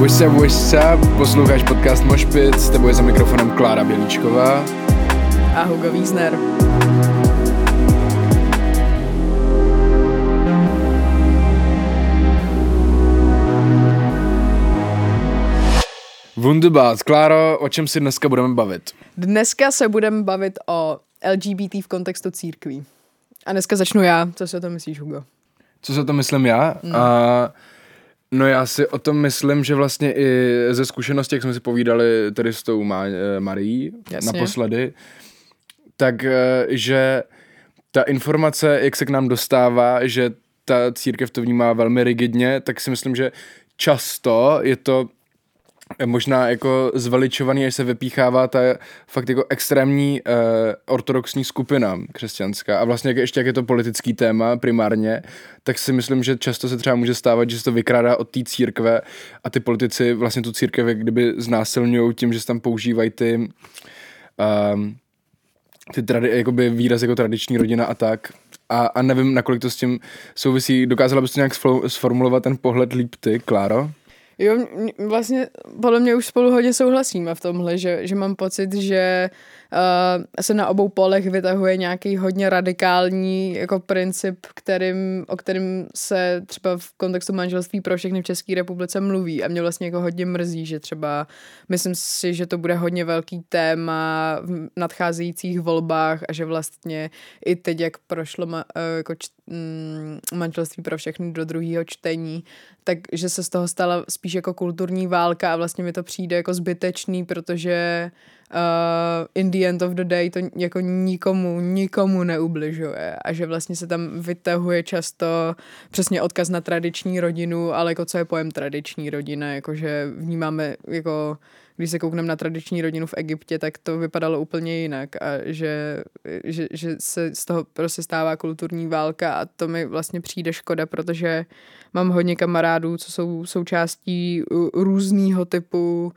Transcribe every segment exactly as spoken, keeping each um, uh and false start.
What's up, what's up? Posloucháš podcast Moshpit, s tebou je za mikrofonem Klára Bělíčková a Hugo Wiesner. Wunderbar. Kláro, o čem si dneska budeme bavit? Dneska se budeme bavit o L G B T v kontextu církví. A dneska začnu já. Co si o tom myslíš, Hugo? Co si o tom myslím já? Hmm. A, no já si o tom myslím, že vlastně i ze zkušenosti, jak jsme si povídali tady s tou Ma- Marií Jasně. naposledy, tak že ta informace, jak se k nám dostává, že ta církev to vnímá velmi rigidně, tak si myslím, že často je to možná jako zveličovaný, až se vypíchává ta fakt jako extrémní uh, ortodoxní skupina křesťanská a vlastně jak, ještě jak je to politický téma primárně, tak si myslím, že často se třeba může stávat, že se to vykrádá od té církve a ty politici vlastně tu církev jak kdyby znásilňují tím, že se tam používají ty um, ty tradi- jakoby výraz jako tradiční rodina a tak. A, a nevím, nakolik to s tím souvisí. Dokázala bys to nějak sformulovat ten pohled líp ty, Kláro? Jo, vlastně podle mě už spolu hodně souhlasíme v tomhle, že, že mám pocit, že uh, se na obou polech vytahuje nějaký hodně radikální jako princip, kterým, o kterým se třeba v kontextu manželství pro všechny v České republice mluví a mě vlastně jako hodně mrzí, že třeba myslím si, že to bude hodně velký téma v nadcházejících volbách a že vlastně i teď, jak prošlo ma, uh, jako č, um, manželství pro všechny do druhého čtení, takže se z toho stala spíš jako kulturní válka a vlastně mi to přijde jako zbytečný, protože uh, in the end of the day to jako nikomu, nikomu neubližuje a že vlastně se tam vytahuje často přesně odkaz na tradiční rodinu, ale jako co je pojem tradiční rodina, jakože vnímáme jako když se koukneme na tradiční rodinu v Egyptě, tak to vypadalo úplně jinak a že, že, že se z toho prostě stává kulturní válka a to mi vlastně přijde škoda, protože mám hodně kamarádů, co jsou součástí různýho typu,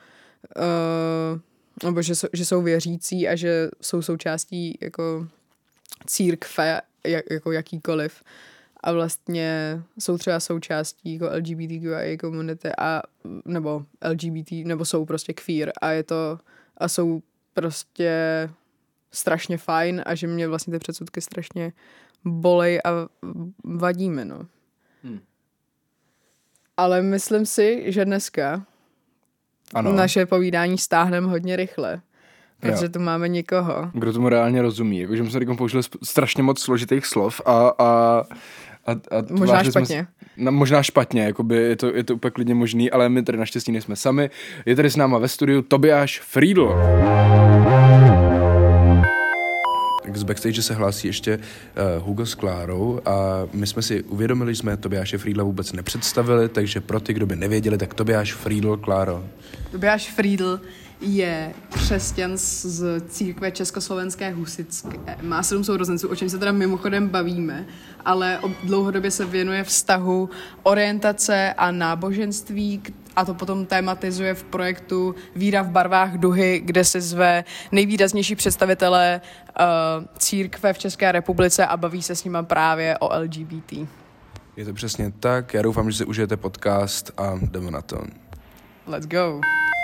uh, nebo že, že jsou věřící a že jsou součástí jako církve, jak, jako jakýkoliv. A vlastně jsou třeba součástí jako L G B T Q I komunity a nebo L G B T, nebo jsou prostě queer a je to a jsou prostě strašně fajn a že mě vlastně ty předsudky strašně bolej a vadí mi, no. Hmm. Ale myslím si, že dneska ano. naše povídání stáhneme hodně rychle. Protože tu máme někoho. Kdo tomu reálně rozumí. Jakože my jsme teď použili strašně moc složitých slov a... a A, a možná špatně. Jsme, na, možná špatně, jakoby je to, je to úplně klidně možný, ale my tady naštěstí nejsme sami. Je tady s náma ve studiu Tobiáš Friedl. Tak z backstage se hlásí ještě uh, Hugo s Klárou a my jsme si uvědomili, že jsme Tobiáše Friedla vůbec nepředstavili, takže pro ty, kdo by nevěděli, tak Tobiáš Friedl, Kláro. Tobiáš Friedl je křesťan z církve Československé husitské. Má sedm sourozenců, o čem se teda mimochodem bavíme, ale dlouhodobě se věnuje vztahu orientace a náboženství a to potom tématizuje v projektu Víra v barvách duhy, kde se zve nejvýraznější představitelé uh, církve v České republice a baví se s nima právě o L G B T. Je to přesně tak, já doufám, že si užijete podcast a jdeme na to. Let's go.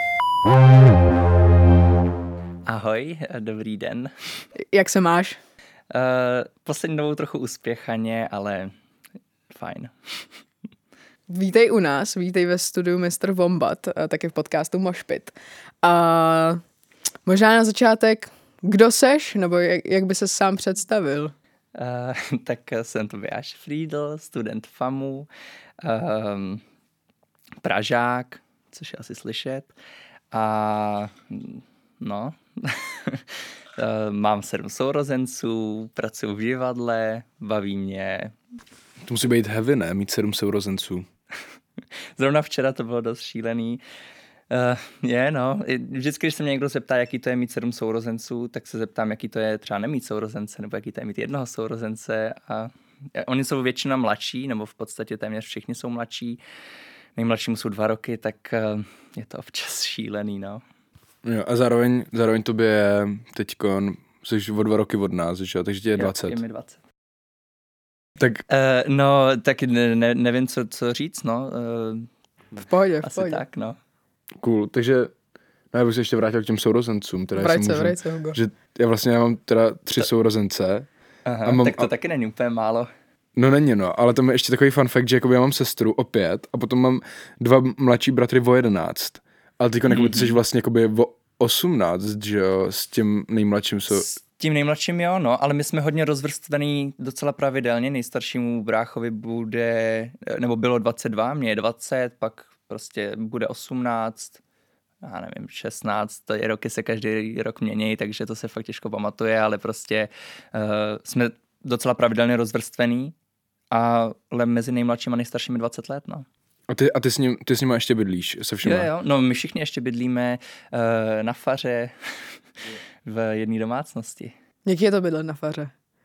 Ahoj, dobrý den. Jak se máš? Uh, poslední dobou trochu uspěchaně, ale fajn. Vítej u nás, vítej ve studiu mister Wombat, taky v podcastu Moshpit. A možná na začátek, kdo seš, nebo jak, jak by se sám představil? Uh, tak jsem Tobiáš Friedl, student FAMu, um, Pražák, což je asi slyšet. A no, mám sedm sourozenců, pracuji v divadle, baví mě. To musí být heavy, ne? Mít sedm sourozenců. Zrovna včera to bylo dost šílený. Uh, je, no. Vždycky, když se mě někdo zeptá, jaký to je mít sedm sourozenců, tak se zeptám, jaký to je třeba nemít sourozence, nebo jaký to je mít jednoho sourozence. A oni jsou většina mladší, nebo v podstatě téměř všichni jsou mladší. Nejmladšímu jsou dva roky, tak uh, je to občas šílený, no. Jo, a zároveň, zároveň tobě je teďkon, jsi o dva roky od nás, že? Takže ti je dvacet. Jo, je mi dvacet. Tak... Uh, no, tak ne, ne, nevím, co, co říct, no. Uh, v pohodě, v asi pohodě. tak, no. Cool, takže no, já bych se ještě vrátil k těm sourozencům. Teda Vrať se, můžu, vrať se, Hugo. že já vlastně já mám teda tři to... sourozence. Aha, a mám, tak to a... taky není úplně málo. No není no, ale tam je ještě takový fun fact, že jakoby já mám sestru o pět a potom mám dva mladší bratry o jedenáct. Ale teďko mm-hmm. ty jsi vlastně jakoby o osmnáct, že jo, s tím nejmladším jsou... S tím nejmladším jo, no, ale my jsme hodně rozvrstvený docela pravidelně. Nejstaršímu bráchovi bude, nebo bylo dvacet dva, mě je dvacet, pak prostě bude osmnáct, já nevím, šestnáct, to je roky se každý rok mění, takže to se fakt těžko pamatuje, ale prostě uh, jsme docela pravidelně rozvrstvený, ale mezi nejmladším a nejstaršími dvacet let, no. A ty, a ty s ním, ty s nima ještě bydlíš se všema? Jo, jo, no my všichni ještě bydlíme uh, na faře v jedné domácnosti. Jaký je to bydlet na faře?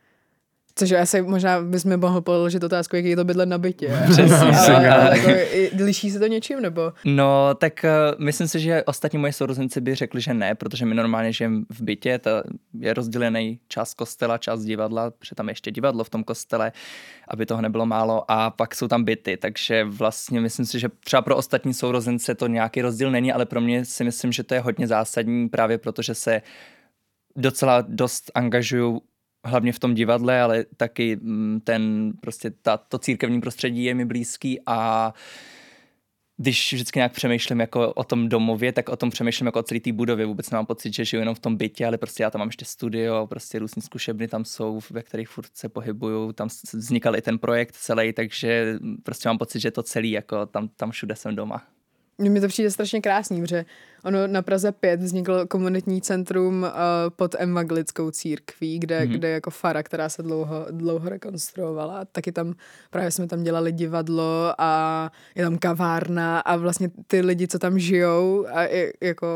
Což asi možná bys mi mohl položit otázku, jaký je to bydlet na bytě. Přesně. ale, ale jako, liší se to něčím, nebo? No, tak uh, myslím si, že ostatní moje sourozenci by řekli, že ne, protože my normálně žijeme v bytě, to je rozdělený část kostela, část divadla, protože tam je ještě divadlo v tom kostele, aby toho nebylo málo, a pak jsou tam byty, takže vlastně myslím si, že třeba pro ostatní sourozence to nějaký rozdíl není, ale pro mě si myslím, že to je hodně zásadní, právě protože se docela dost angažuju hlavně v tom divadle, ale taky ten prostě ta, to církevní prostředí je mi blízký a když vždycky nějak přemýšlím jako o tom domově, tak o tom přemýšlím jako o celé té budově. Vůbec nemám pocit, že žiju jenom v tom bytě, ale prostě já tam mám ještě studio, prostě různý zkušebny tam jsou, ve kterých furt se pohybuju, tam vznikal i ten projekt celý, takže prostě mám pocit, že to celý, jako tam, tam všude jsem doma. Mně to přijde strašně krásný, protože ono na Praze pět vzniklo komunitní centrum uh, pod evangelickou církví, kde, mm-hmm. kde jako fara, která se dlouho, dlouho rekonstruovala. Taky tam, právě jsme tam dělali divadlo a je tam kavárna a vlastně ty lidi, co tam žijou a je, jako...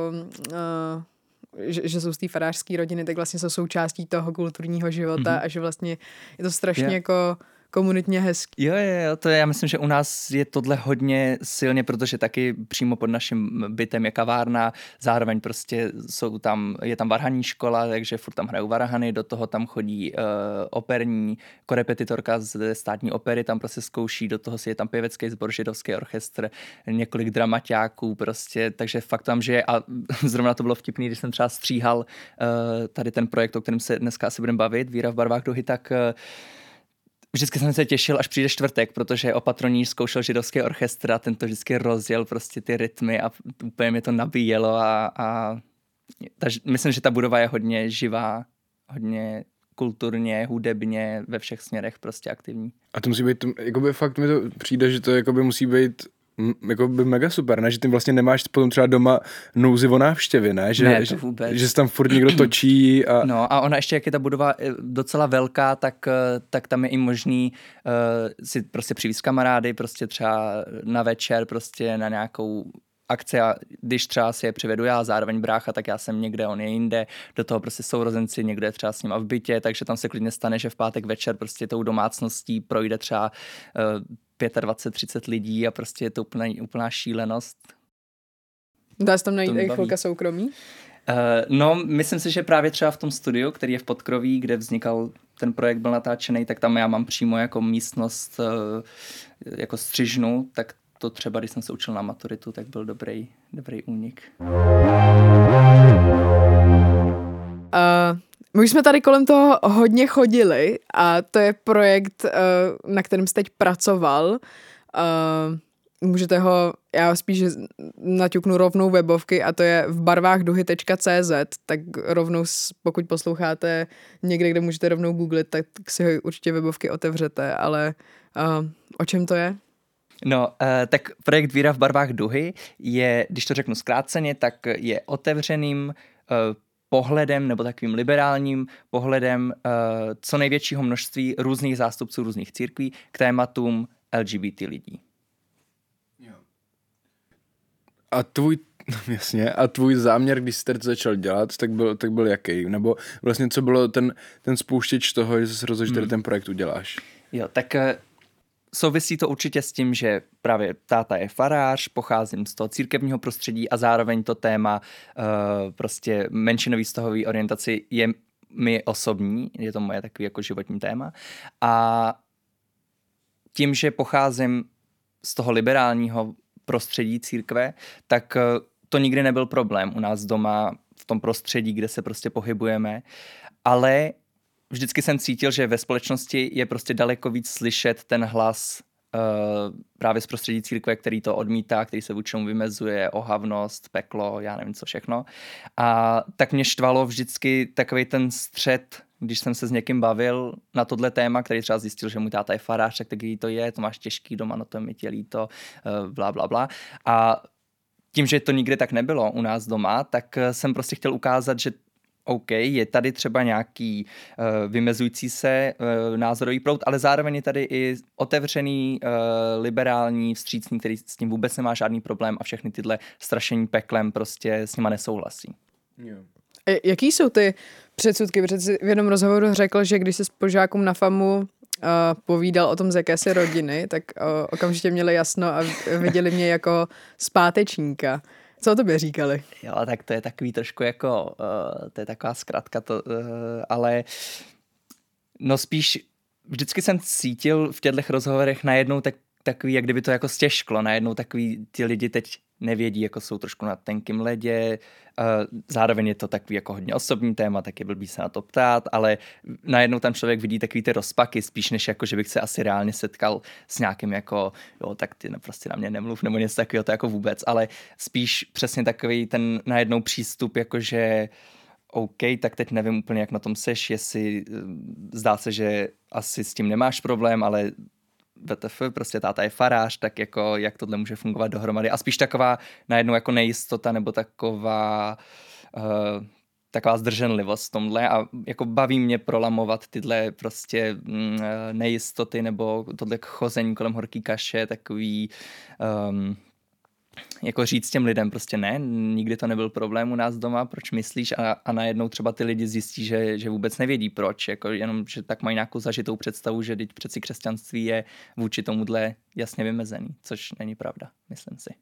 Uh, že, že jsou z té farářské rodiny, tak vlastně jsou součástí toho kulturního života mm-hmm. a že vlastně je to strašně yeah. jako komunitně hezký. Jo, jo, jo, to je, já myslím, že u nás je tohle hodně silně, protože taky přímo pod naším bytem je kavárna, zároveň prostě jsou tam, je tam varhanní škola, takže furt tam hrajou varhany, do toho tam chodí uh, operní korepetitorka z státní opery, tam prostě zkouší, do toho si je tam pěvecký sbor, židovský orchestr, několik dramaťáků prostě, takže fakt tam žije a zrovna to bylo vtipný, když jsem třeba stříhal uh, tady ten projekt, o kterém se dneska asi budeme bavit, Víra v barvách duhy, tak uh, vždycky jsem se těšil, až přijde čtvrtek, protože opatroníř zkoušel židovský orchestr a ten to vždycky rozjel prostě ty rytmy a úplně mě to nabíjelo a, a ta, myslím, že ta budova je hodně živá, hodně kulturně, hudebně, ve všech směrech prostě aktivní. A to musí být, jakoby fakt mi to přijde, že to jakoby musí být jako by mega super, ne? Že ty vlastně nemáš potom třeba doma nouzi o návštěvy, ne? Že, ne, to vůbec. Že, že se tam furt někdo točí. A... No a ona ještě, jak je ta budova docela velká, tak, tak tam je i možný uh, si prostě přivést kamarády, prostě třeba na večer, prostě na nějakou akci a když třeba si je přivedu já, zároveň brácha, tak já jsem někde, on je jinde, do toho prostě sourozenci, někde je třeba s ním a v bytě, takže tam se klidně stane, že v pátek večer prostě tou domácností projde třeba uh, dvacet pět třicet lidí a prostě je to úplná, úplná šílenost. Dá se tam najít i chvilka soukromí? Uh, no, myslím si, že právě třeba v tom studiu, který je v Podkroví, kde vznikal ten projekt, byl natáčený, tak tam já mám přímo jako místnost, uh, jako střižnu, tak to třeba, když jsem se učil na maturitu, tak byl dobrý, dobrý únik. Uh, my už jsme tady kolem toho hodně chodili a to je projekt, uh, na kterém jsi teď pracoval. Uh, můžete ho, já spíš naťuknu rovnou webovky a to je v barvách duhy tečka cé zet, tak rovnou, pokud posloucháte někde, kde můžete rovnou googlit, tak si ho určitě webovky otevřete, ale uh, o čem to je? No, uh, tak projekt Víra v barvách duhy je, když to řeknu zkráceně, tak je otevřeným uh, pohledem nebo takovým liberálním pohledem uh, co největšího množství různých zástupců různých církví k tématům el gé bé té lidí. Jo. A tvůj, jasně, a tvůj záměr, když jsi to začal dělat, tak byl, tak byl jaký? Nebo vlastně co bylo ten, ten spouštěč toho, že jsi rozhodl, že hmm. ten projekt uděláš? Jo, tak uh, souvisí to určitě s tím, že právě táta je farář, pocházím z toho církevního prostředí a zároveň to téma uh, prostě menšinový vztahový orientaci je mi osobní, je to moje takový jako životní téma. A tím, že pocházím z toho liberálního prostředí církve, tak uh, to nikdy nebyl problém u nás doma, v tom prostředí, kde se prostě pohybujeme, ale vždycky jsem cítil, že ve společnosti je prostě daleko víc slyšet ten hlas uh, právě z prostředí církve, který to odmítá, který se vůči tomu vymezuje, ohavnost, peklo, já nevím co všechno. A tak mě štvalo vždycky takový ten střed, když jsem se s někým bavil na tohle téma, který třeba zjistil, že můj táta je farář, tak taky to je, to máš těžký doma, no to mi tě líto, uh, bla, bla, bla. A tím, že to nikdy tak nebylo u nás doma, tak jsem prostě chtěl ukázat, že OK, je tady třeba nějaký uh, vymezující se uh, názorový proud, ale zároveň je tady i otevřený, uh, liberální, vstřícný, který s tím vůbec nemá žádný problém a všechny tyhle strašení peklem prostě s nima nesouhlasí. Yeah. E, jaký jsou ty předsudky? Protože jsi v jednom rozhovoru řekl, že když se s požákům na FAMu uh, povídal o tom z jakési rodiny, tak uh, okamžitě měli jasno a viděli mě jako zpátečníka. Co o tobě říkali? Jo, tak to je takový trošku jako, uh, to je taková zkratka, to, uh, ale no spíš vždycky jsem cítil v těchto rozhovorech najednou tak, takový, jak kdyby to jako stěžklo, najednou takový ty lidi teď nevědí, jako jsou trošku na tenkým ledě, uh, zároveň je to takový jako hodně osobní téma, tak je blbý se na to ptát, ale najednou tam člověk vidí takový ty rozpaky, spíš než jako, že bych se asi reálně setkal s nějakým jako, jo, tak ty prostě na mě nemluv, nebo něco takového, to jako vůbec, ale spíš přesně takový ten najednou přístup, jakože OK, tak teď nevím úplně, jak na tom seš, jestli zdá se, že asi s tím nemáš problém, ale W T F, prostě táta je farář, tak jako jak tohle může fungovat dohromady. A spíš taková najednou jako nejistota nebo taková uh, taková zdrženlivost v tomhle a jako baví mě prolamovat tyhle prostě mm, nejistoty nebo tohle chození kolem horký kaše, takový um, jako říct těm lidem prostě ne, nikdy to nebyl problém u nás doma, proč myslíš a, a najednou třeba ty lidi zjistí, že, že vůbec nevědí proč, jako jenom, že tak mají nějakou zažitou představu, že teď přeci křesťanství je vůči tomuhle jasně vymezený, což není pravda, myslím si.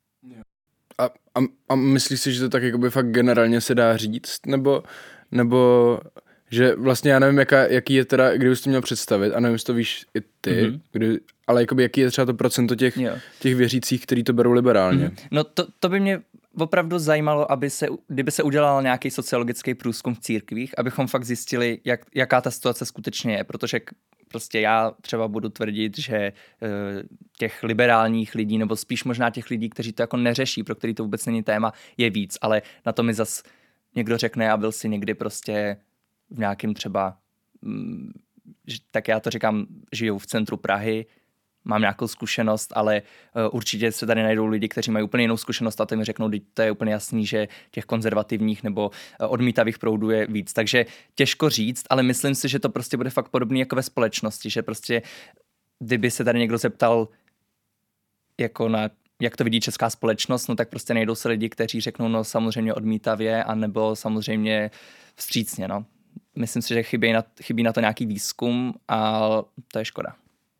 A, a, a myslíš si, že to tak jakoby fakt generálně se dá říct, nebo, nebo že vlastně já nevím, jaká, jaký je teda, kdyby jsi to měl představit, a nevím, jestli to víš i ty, mm-hmm. kdy, ale jakoby jaký je třeba to procento těch, těch věřících, kteří to berou liberálně. Mm-hmm. No to, to by mě opravdu zajímalo, aby se, kdyby se udělal nějaký sociologický průzkum v církvích, abychom fakt zjistili, jak, jaká ta situace skutečně je, protože prostě já třeba budu tvrdit, že uh, těch liberálních lidí, nebo spíš možná těch lidí, kteří to jako neřeší, pro který to vůbec není téma, je víc, ale na to mi zas někdo řekne a byl si někdy prostě v nějakém třeba, mm, tak já to říkám, žiju v centru Prahy, mám nějakou zkušenost, ale uh, určitě se tady najdou lidi, kteří mají úplně jinou zkušenost a ty mi řeknou, že to je úplně jasný, že těch konzervativních nebo uh, odmítavých proudů je víc. Takže těžko říct, ale myslím si, že to prostě bude fakt podobný jako ve společnosti, že prostě kdyby se tady někdo zeptal jako na jak to vidí česká společnost, no tak prostě najdou se lidi, kteří řeknou no samozřejmě odmítavě anebo samozřejmě vstřícně, no. Myslím si, že chybí na, chybí na to nějaký výzkum a to je škoda.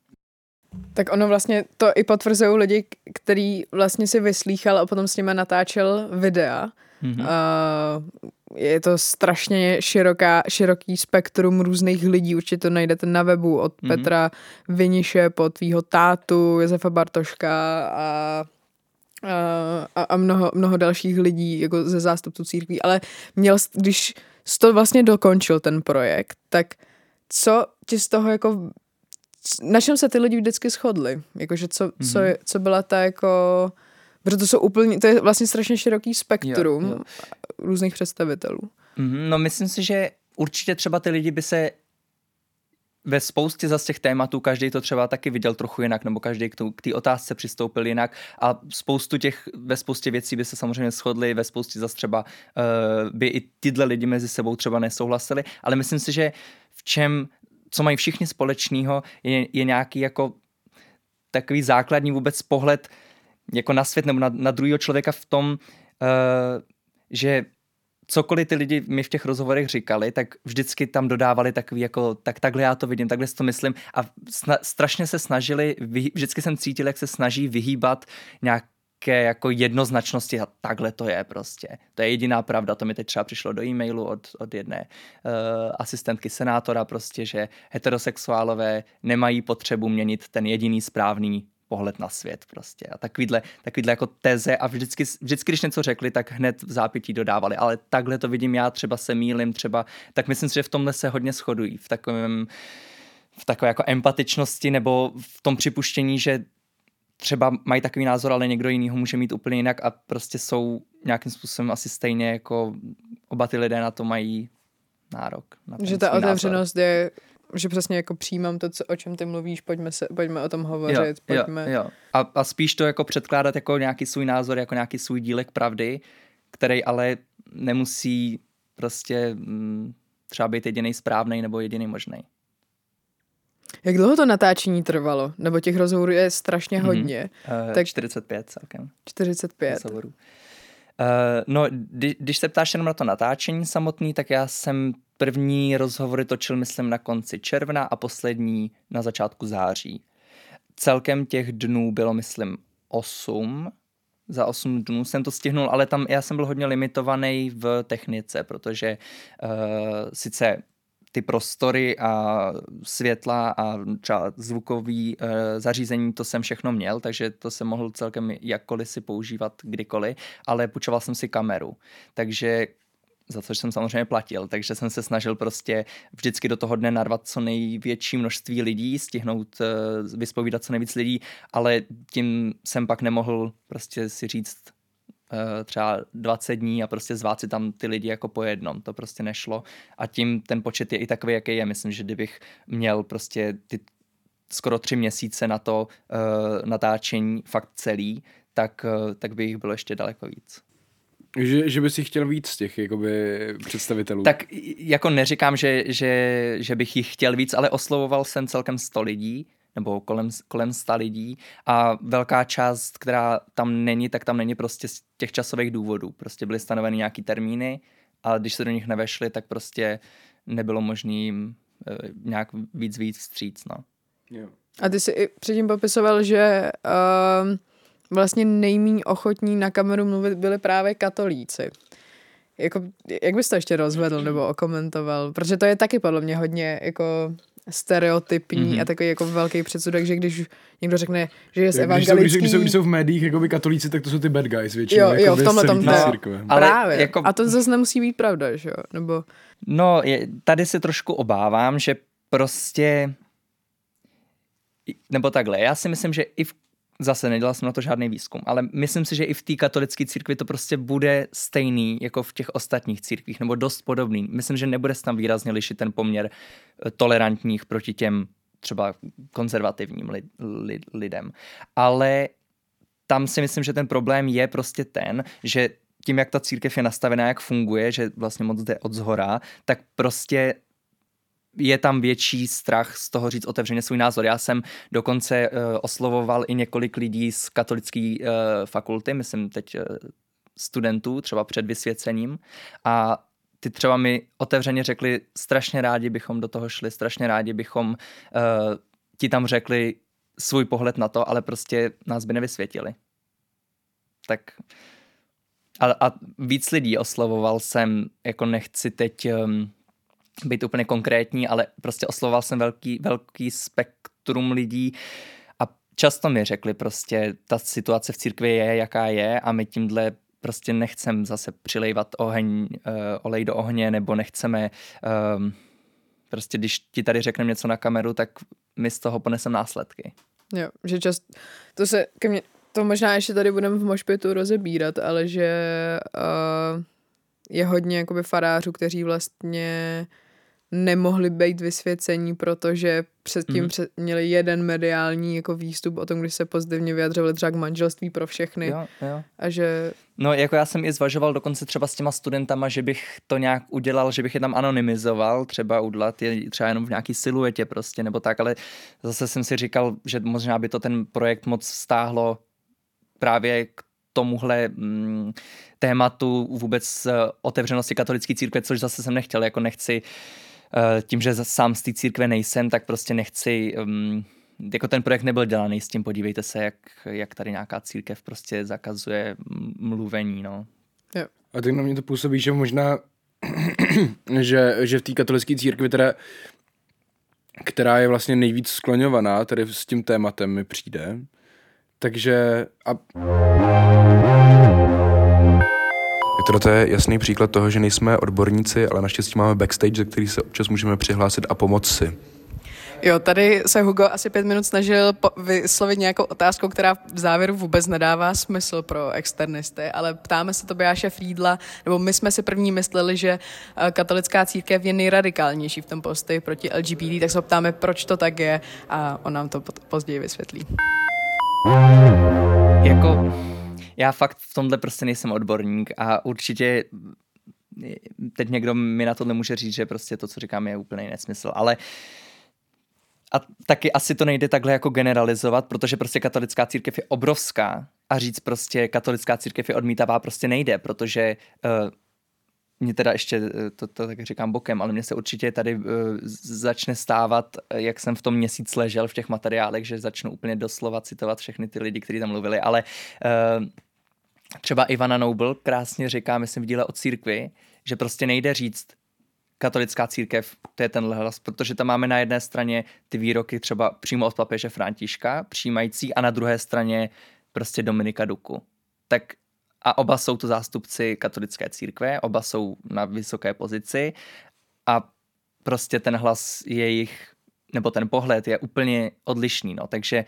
Tak ono vlastně to i potvrzují lidi, který vlastně si vyslýchal a potom s nimi natáčel videa. Mm-hmm. Uh, je to strašně široká, široký spektrum různých lidí, určitě to najdete na webu od mm-hmm. Petra Viniše po tvýho tátu, Josefa Bartoška a, a, a mnoho, mnoho dalších lidí jako ze zástupců církví. Ale měl, když jsi to vlastně dokončil ten projekt, tak co ti z toho jako na čem se ty lidi vždycky shodli? Jakože co, mm-hmm. co, je, co byla ta jako... Protože to jsou úplně, to je vlastně strašně široký spektrum jo, jo. různých představitelů. Mm-hmm, no myslím si, že určitě třeba ty lidi by se ve spoustě zase těch tématů, každý to třeba taky viděl trochu jinak, nebo každý k té otázce přistoupil jinak a spoustu těch, ve spoustě věcí by se samozřejmě shodli, ve spoustě zase třeba uh, by i tyhle lidi mezi sebou třeba nesouhlasili, ale myslím si, že v čem co mají všichni společného, je, je nějaký jako takový základní vůbec pohled jako na svět nebo na, na druhého člověka v tom, uh, že cokoliv ty lidi mi v těch rozhovorech říkali, tak vždycky tam dodávali takový jako, tak takhle já to vidím, takhle si to myslím a sna, strašně se snažili, vy, vždycky jsem cítil, jak se snaží vyhýbat nějak jako jednoznačnosti a takhle to je prostě. To je jediná pravda, to mi teď třeba přišlo do e-mailu od, od jedné uh, asistentky senátora prostě, že heterosexuálové nemají potřebu měnit ten jediný správný pohled na svět prostě. A takovýhle, takovýhle jako teze a vždycky, vždycky, když něco řekli, tak hned v zápětí dodávali. Ale takhle to vidím já, třeba se mýlim, třeba, tak myslím si, že v tomhle se hodně shodují. V takovém, v takové jako empatičnosti nebo v tom připuštění, že třeba mají takový názor, ale někdo jiný ho může mít úplně jinak a prostě jsou nějakým způsobem asi stejně jako oba ty lidé na to mají nárok. Na že ta otevřenost názor. Je, že přesně jako přijímám to, co, o čem ty mluvíš, pojďme, se, pojďme o tom hovořit. Jo, pojďme. Jo, jo. A, a spíš to jako předkládat jako nějaký svůj názor, jako nějaký svůj dílek pravdy, který ale nemusí prostě m, třeba být jediný správnej nebo jediný možný. Jak dlouho to natáčení trvalo? Nebo těch rozhovorů je strašně hodně. Mm-hmm. Uh, tak čtyřicet pět celkem. čtyřicet pět. Rozhovorů. Uh, no, kdy, když se ptáš jenom na to natáčení samotný, tak já jsem první rozhovory točil, myslím, na konci června a poslední na začátku září. Celkem těch dnů bylo, myslím, osm. Za osm dnů jsem to stihnul, ale tam já jsem byl hodně limitovaný v technice, protože uh, sice ty prostory a světla a třeba zvukový uh, zařízení, to jsem všechno měl, takže to jsem mohl celkem jakkoliv si používat kdykoliv, ale půjčoval jsem si kameru, takže za což jsem samozřejmě platil, takže jsem se snažil prostě vždycky do toho dne narvat co největší množství lidí, stihnout uh, vyspovídat co nejvíc lidí, ale tím jsem pak nemohl prostě si říct uh, třeba dvacet dní a prostě zvát si tam ty lidi jako po jednom, to prostě nešlo a tím ten počet je i takový, jaký je. Myslím, že kdybych měl prostě ty skoro tři měsíce na to uh, natáčení fakt celý, tak, uh, tak by jich bylo ještě daleko víc. Že, že bys si chtěl víc z těch jakoby, představitelů. Tak jako neříkám, že, že, že bych jich chtěl víc, ale oslovoval jsem celkem sto lidí, nebo kolem, kolem sta lidí a velká část, která tam není, tak tam není prostě z těch časových důvodů. Prostě byly stanoveny nějaký termíny a když se do nich nevešly, tak prostě nebylo možné jim uh, nějak víc víc vstříc. No. Jo. A ty jsi i předtím popisoval, že uh... vlastně nejméně ochotní na kameru mluvit byli právě katolíci. Jako, jak bys to ještě rozvedl nebo okomentoval? Protože to je taky podle mě hodně jako stereotypní mm-hmm. a takový jako velký předsudek, že když někdo řekne, že je z evangelický... Když jsou, když jsou, když jsou v médiích jakoby katolíci, tak to jsou ty bad guys většinou. Jo, jo, v tomhle tom no, právě. Jako... A to zase nemusí být pravda, že jo? Nebo... No, je, tady se trošku obávám, že prostě... Nebo takhle, já si myslím, že i v Zase nedělal jsem na to žádný výzkum, ale myslím si, že i v té katolické církvi to prostě bude stejný jako v těch ostatních církvích, nebo dost podobný. Myslím, že nebude se tam výrazně lišit ten poměr tolerantních proti těm třeba konzervativním li, li, lidem. Ale tam si myslím, že ten problém je prostě ten, že tím, jak ta církev je nastavená, jak funguje, že vlastně moc jde od zhora, tak prostě je tam větší strach z toho říct otevřeně svůj názor. Já jsem dokonce uh, oslovoval i několik lidí z katolické uh, fakulty, myslím teď uh, studentů, třeba před vysvěcením a ty třeba mi otevřeně řekli, strašně rádi bychom do toho šli, strašně rádi bychom uh, ti tam řekli svůj pohled na to, ale prostě nás by nevysvětili. Tak a, a víc lidí oslovoval jsem, jako nechci teď... Um, být úplně konkrétní, ale prostě oslovoval jsem velký, velký spektrum lidí a často mi řekli prostě, ta situace v církvi je, jaká je a my tímhle prostě nechcem zase přilejvat oheň, uh, olej do ohně, nebo nechceme um, prostě, když ti tady řekneme něco na kameru, tak my z toho poneseme následky. Jo, že čas, to se ke mně, to možná ještě tady budeme v mošpitu rozebírat, ale že uh, je hodně jakoby farářů, kteří vlastně nemohli být vysvěcení, protože předtím mm. před, měli jeden mediální jako výstup o tom, když se pozitivně vyjadřovali třeba k manželství pro všechny. Jo, jo. A že... No jako já jsem i zvažoval dokonce třeba s těma studentama, že bych to nějak udělal, že bych je tam anonymizoval, třeba udělat je třeba jenom v nějaký siluetě prostě, nebo tak, ale zase jsem si říkal, že možná by to ten projekt moc stáhlo právě k tomuhle mm, tématu vůbec uh, otevřenosti katolické církve, což zase jsem nechtěl, jako nechci uh, tím, že sám z té církve nejsem, tak prostě nechci, um, jako ten projekt nebyl dělaný s tím, podívejte se, jak, jak tady nějaká církev prostě zakazuje mluvení, no. Jo. A tak na mě to působí, že možná, že, že v té katolické církvi teda, která je vlastně nejvíc skloňovaná, tady s tím tématem mi přijde, Takže a... To je jasný příklad toho, že nejsme odborníci, ale naštěstí máme backstage, ze který se občas můžeme přihlásit a pomoct si. Jo, tady se Hugo asi pět minut snažil po- vyslovit nějakou otázku, která v závěru vůbec nedává smysl pro externisty, ale ptáme se Tobiáše Friedla, nebo my jsme si první mysleli, že katolická církev je nejradikálnější v tom postoji proti L G B T, tak se ho ptáme, proč to tak je a on nám to později vysvětlí. Jako, já fakt v tomhle prostě nejsem odborník a určitě teď někdo mi na to nemůže říct, že prostě to, co říkám, je úplný nesmysl, ale a taky asi to nejde takhle jako generalizovat, protože prostě katolická církev je obrovská a říct prostě katolická církev je odmítavá prostě nejde, protože uh, mě teda ještě, to, to tak říkám bokem, ale mně se určitě tady uh, začne stávat, jak jsem v tom měsíc ležel v těch materiálech, že začnu úplně doslova citovat všechny ty lidi, kteří tam mluvili, ale uh, třeba Ivana Noble krásně říká, myslím v díle o církvi, že prostě nejde říct katolická církev, to je tenhle hlas, protože tam máme na jedné straně ty výroky třeba přímo od papeže Františka, přijímající, a na druhé straně prostě Dominika Duku. Tak a oba jsou to zástupci katolické církve, oba jsou na vysoké pozici a prostě ten hlas jejich, nebo ten pohled je úplně odlišný, no, takže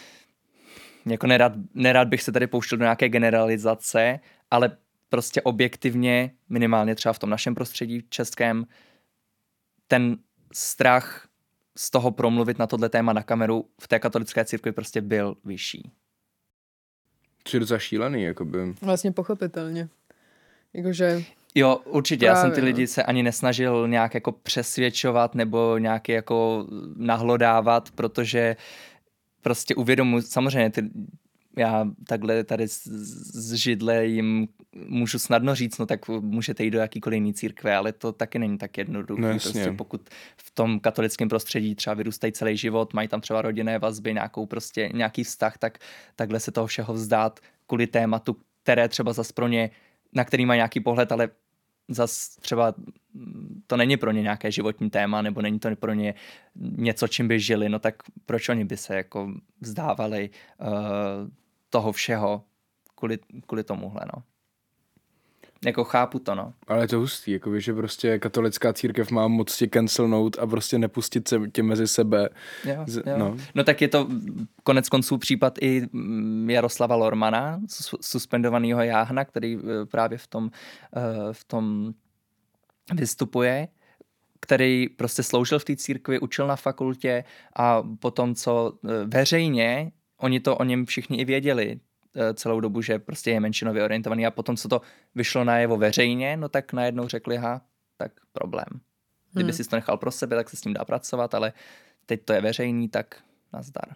jako nerad, nerad bych se tady pouštěl do nějaké generalizace, ale prostě objektivně, minimálně třeba v tom našem prostředí českém, ten strach z toho promluvit na tohle téma na kameru v té katolické církvi prostě byl vyšší. Což je docela šílený, jakoby. Vlastně pochopitelně. Jakože... Jo, určitě. Právě, já jsem ty no. lidi se ani nesnažil nějak jako přesvědčovat nebo nějak jako nahlodávat, protože prostě uvědomuji, samozřejmě ty, já takhle tady z, z židle jim můžu snadno říct, no tak můžete jít do jakýkoliv jiný církve, ale to taky není tak jednoduché. No, prostě pokud v tom katolickém prostředí třeba vyrůstají celý život, mají tam třeba rodinné vazby, nějakou prostě nějaký vztah, tak takhle se toho všeho vzdát kvůli tématu, které třeba zas pro ně, na který má nějaký pohled, ale zas třeba to není pro ně nějaké životní téma, nebo není to pro ně něco, čím by žili, no tak proč oni by se jako vzdávali uh, toho všeho kvůli, kvůli tomuhle, no. Jako chápu to, no. Ale je to hustý, jakoby, že prostě katolická církev má moc tě cancelnout a prostě nepustit se tě mezi sebe. Jo, Z, jo. No. no tak je to konec konců případ i Jaroslava Lormana, suspendovaného jáhna, který právě v tom, v tom vystupuje, který prostě sloužil v té církvi, učil na fakultě a potom, co veřejně, oni to o něm všichni i věděli celou dobu, že prostě je menšinově orientovaný, a potom, co to vyšlo najevo veřejně, no tak najednou řekli, ha, tak problém. Kdyby hmm. si to nechal pro sebe, tak se s tím dá pracovat, ale teď to je veřejný, tak nazdar.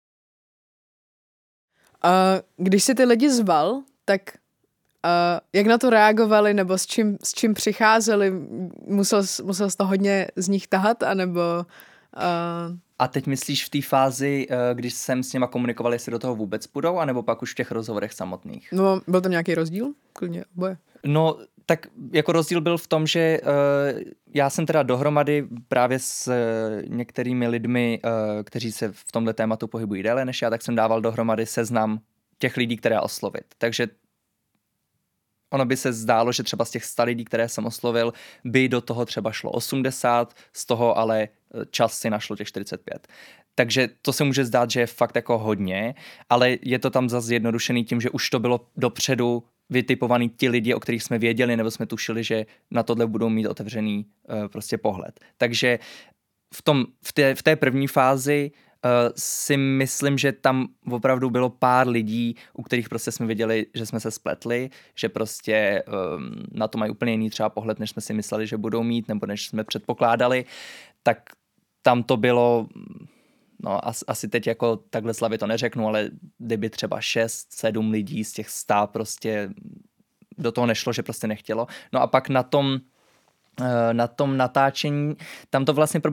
A když si ty lidi zval, tak uh, jak na to reagovali, nebo s čím, s čím přicházeli? Musel, musel jsi to hodně z nich tahat, anebo... Uh... A teď myslíš v té fázi, když jsem s něma komunikoval, jestli do toho vůbec půjdou, anebo pak už v těch rozhovorech samotných? No, byl tam nějaký rozdíl? Klidně oboje. No, tak jako rozdíl byl v tom, že uh, já jsem teda dohromady právě s uh, některými lidmi, uh, kteří se v tomhle tématu pohybují déle než já, tak jsem dával dohromady seznam těch lidí, které oslovit. Takže ono by se zdálo, že třeba z těch sta lidí, které jsem oslovil, by do toho třeba šlo osmdesát, z toho ale čas si našlo těch čtyřicet pět. Takže to se může zdát, že je fakt jako hodně, ale je to tam zase zjednodušený tím, že už to bylo dopředu vytipovaný ti lidi, o kterých jsme věděli, nebo jsme tušili, že na tohle budou mít otevřený uh, prostě pohled. Takže v, tom, v, té, v té první fázi Uh, si myslím, že tam opravdu bylo pár lidí, u kterých prostě jsme věděli, že jsme se spletli, že prostě um, na to mají úplně jiný třeba pohled, než jsme si mysleli, že budou mít, nebo než jsme předpokládali, tak tam to bylo, no as, asi teď jako takhle slavě to neřeknu, ale kdyby třeba šest, sedm lidí z těch sta prostě do toho nešlo, že prostě nechtělo. No a pak na tom na tom natáčení, tam to vlastně probíhalo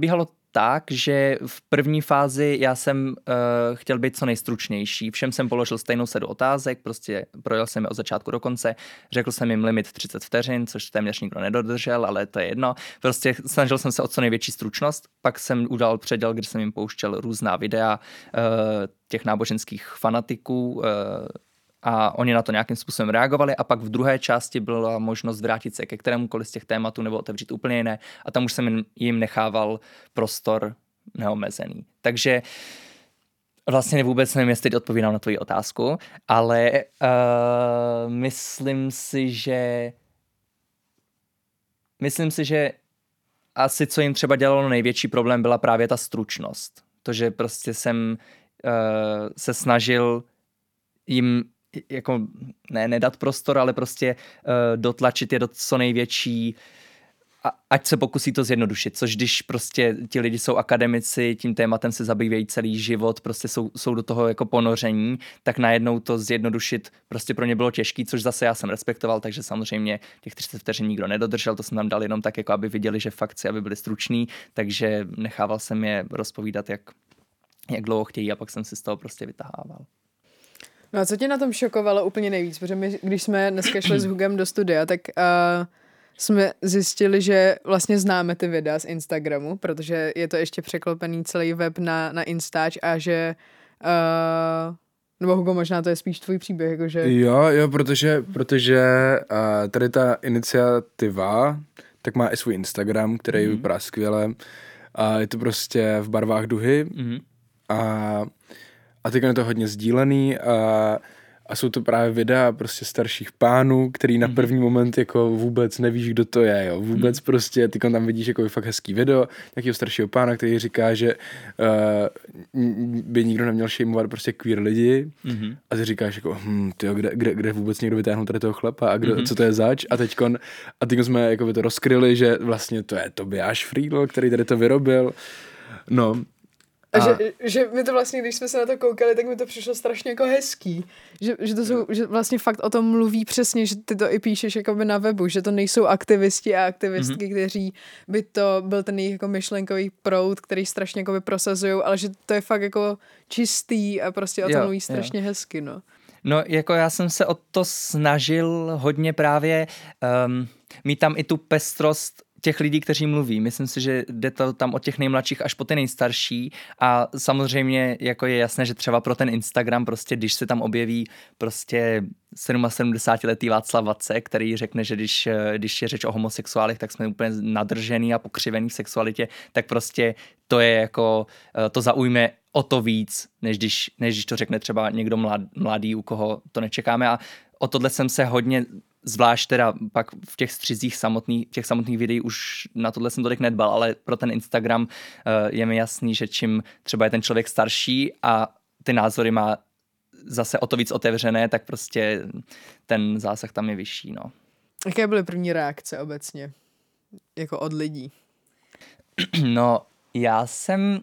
tak, že v první fázi já jsem uh, chtěl být co nejstručnější. Všem jsem položil stejnou sadu otázek, prostě projel jsem je od začátku do konce, řekl jsem jim limit třicet vteřin, což téměř nikdo nedodržel, ale to je jedno. Prostě snažil jsem se o co největší stručnost, pak jsem udělal předěl, kdy jsem jim pouštěl různá videa uh, těch náboženských fanatiků, uh, a oni na to nějakým způsobem reagovali a pak v druhé části byla možnost vrátit se ke kterémukoliv z těch tématů nebo otevřít úplně jiné a tam už jsem jim nechával prostor neomezený. Takže vlastně vůbec nevím, jestli teď odpovídám na tvoji otázku, ale uh, myslím si, že myslím si, že asi co jim třeba dělalo největší problém byla právě ta stručnost. To, že prostě jsem uh, se snažil jim jako ne, nedat prostor, ale prostě uh, dotlačit je do co největší, a, ať se pokusí to zjednodušit, což když prostě ti lidi jsou akademici, tím tématem se zabývají celý život, prostě jsou, jsou do toho jako ponoření, tak najednou to zjednodušit prostě pro ně bylo těžký, což zase já jsem respektoval, takže samozřejmě těch třicet vteřin nikdo nedodržel, to jsem tam dal jenom tak, jako aby viděli, že fakt si, aby byli struční, takže nechával jsem je rozpovídat, jak, jak dlouho chtějí a pak jsem si z toho prostě vytahával. No a co tě na tom šokovalo úplně nejvíc? Protože my, když jsme dneska šli s Hugem do studia, tak uh, jsme zjistili, že vlastně známe ty videa z Instagramu, protože je to ještě překlopený celý web na, na Instač a že... Uh, nebo Hugo, možná to je spíš tvůj příběh, jakože... Jo, jo, protože, protože uh, tady ta iniciativa tak má i svůj Instagram, který mm. vypadá skvěle a je to prostě v barvách duhy mm. a A teď je to hodně sdílený a, a jsou to právě videa prostě starších pánů, který na první moment jako vůbec nevíš, kdo to je, jo. Vůbec mm. prostě, ty tam vidíš jako fakt hezký video nějakého staršího pána, který říká, že uh, by nikdo neměl šejmovat prostě queer lidi mm. a ty říkáš jako, hm, tyjo, kde, kde, kde vůbec někdo vytáhnul tady toho chlapa a kdo, mm. co to je zač a teďkon, a teďkon jsme jako by to rozkryli, že vlastně to je Tobiáš Friedl, který tady to vyrobil, no. A, a že, že mi to vlastně, když jsme se na to koukali, tak mi to přišlo strašně jako hezký. Že, že to jsou, že vlastně fakt o tom mluví přesně, že ty to i píšeš jakoby na webu, že to nejsou aktivisti a aktivistky, mm-hmm. kteří by to byl ten jejich jako myšlenkový proud, který strašně jakoby prosazujou, ale že to je fakt jako čistý a prostě o tom mluví strašně jo. hezky, no. No, jako já jsem se o to snažil hodně právě um, mít tam i tu pestrost těch lidí, kteří mluví. Myslím si, že jde to tam od těch nejmladších až po ty nejstarší a samozřejmě jako je jasné, že třeba pro ten Instagram prostě, když se tam objeví prostě sedmdesátletý Václav Vacek, který řekne, že když, když je řeč o homosexuálech, tak jsme úplně nadržený a pokřivený v sexualitě, tak prostě to je jako, to zaujme o to víc, než když, než když to řekne třeba někdo mladý, u koho to nečekáme a o tohle jsem se hodně zvlášť teda pak v těch střizích samotných, těch samotných videí už na tohle jsem tolik nedbal, ale pro ten Instagram uh, je mi jasný, že čím třeba je ten člověk starší a ty názory má zase o to víc otevřené, tak prostě ten zásah tam je vyšší, no. Jaké byly první reakce obecně? Jako od lidí? No, já jsem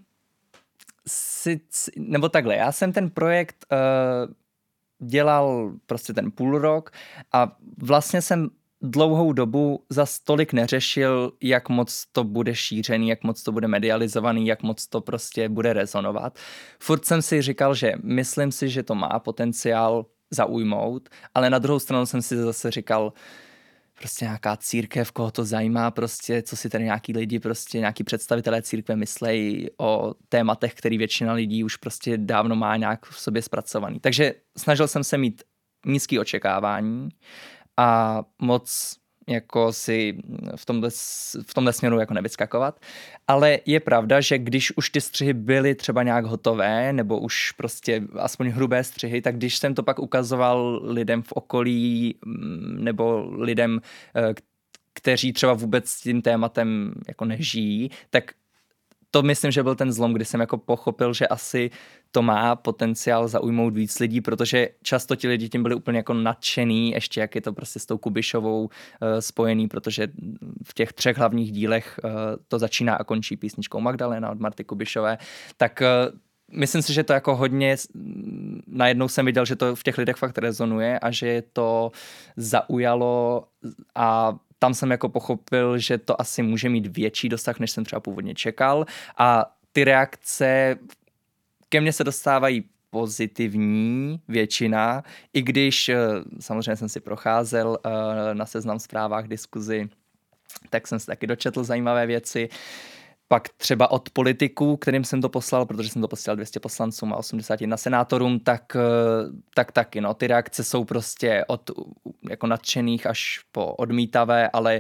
si, nebo takhle, já jsem ten projekt uh, dělal prostě ten půl rok a vlastně jsem dlouhou dobu za tolik neřešil, jak moc to bude šířený, jak moc to bude medializovaný, jak moc to prostě bude rezonovat. Furt jsem si říkal, že myslím si, že to má potenciál zaujmout, ale na druhou stranu jsem si zase říkal, prostě nějaká církev, koho to zajímá, prostě, co si tady nějaký lidi, prostě nějaký představitelé církve myslejí o tématech, který většina lidí už prostě dávno má nějak v sobě zpracovaný. Takže snažil jsem se mít nízký očekávání a moc jako si v tomhle, v tomhle směru jako nevyskakovat. Ale je pravda, že když už ty střihy byly třeba nějak hotové, nebo už prostě aspoň hrubé střihy, tak když jsem to pak ukazoval lidem v okolí, nebo lidem, kteří třeba vůbec s tím tématem jako nežijí, tak to myslím, že byl ten zlom, kdy jsem jako pochopil, že asi to má potenciál zaujmout víc lidí, protože často ti lidi tím byli úplně jako nadšený, ještě jak je to prostě s tou Kubišovou uh, spojený, protože v těch třech hlavních dílech uh, to začíná a končí písničkou Magdalena od Marty Kubišové, tak uh, myslím si, že to jako hodně, najednou jsem viděl, že to v těch lidech fakt rezonuje a že je to zaujalo a tam jsem jako pochopil, že to asi může mít větší dosah, než jsem třeba původně čekal a ty reakce ke mně se dostávají pozitivní většina, i když samozřejmě jsem si procházel na Seznam Zprávách diskuzi, tak jsem si taky dočetl zajímavé věci. Pak třeba od politiků, kterým jsem to poslal, protože jsem to posílal dvě stě poslancům a osmdesát jedna senátorům, tak, tak taky. No. Ty reakce jsou prostě od jako nadšených až po odmítavé, ale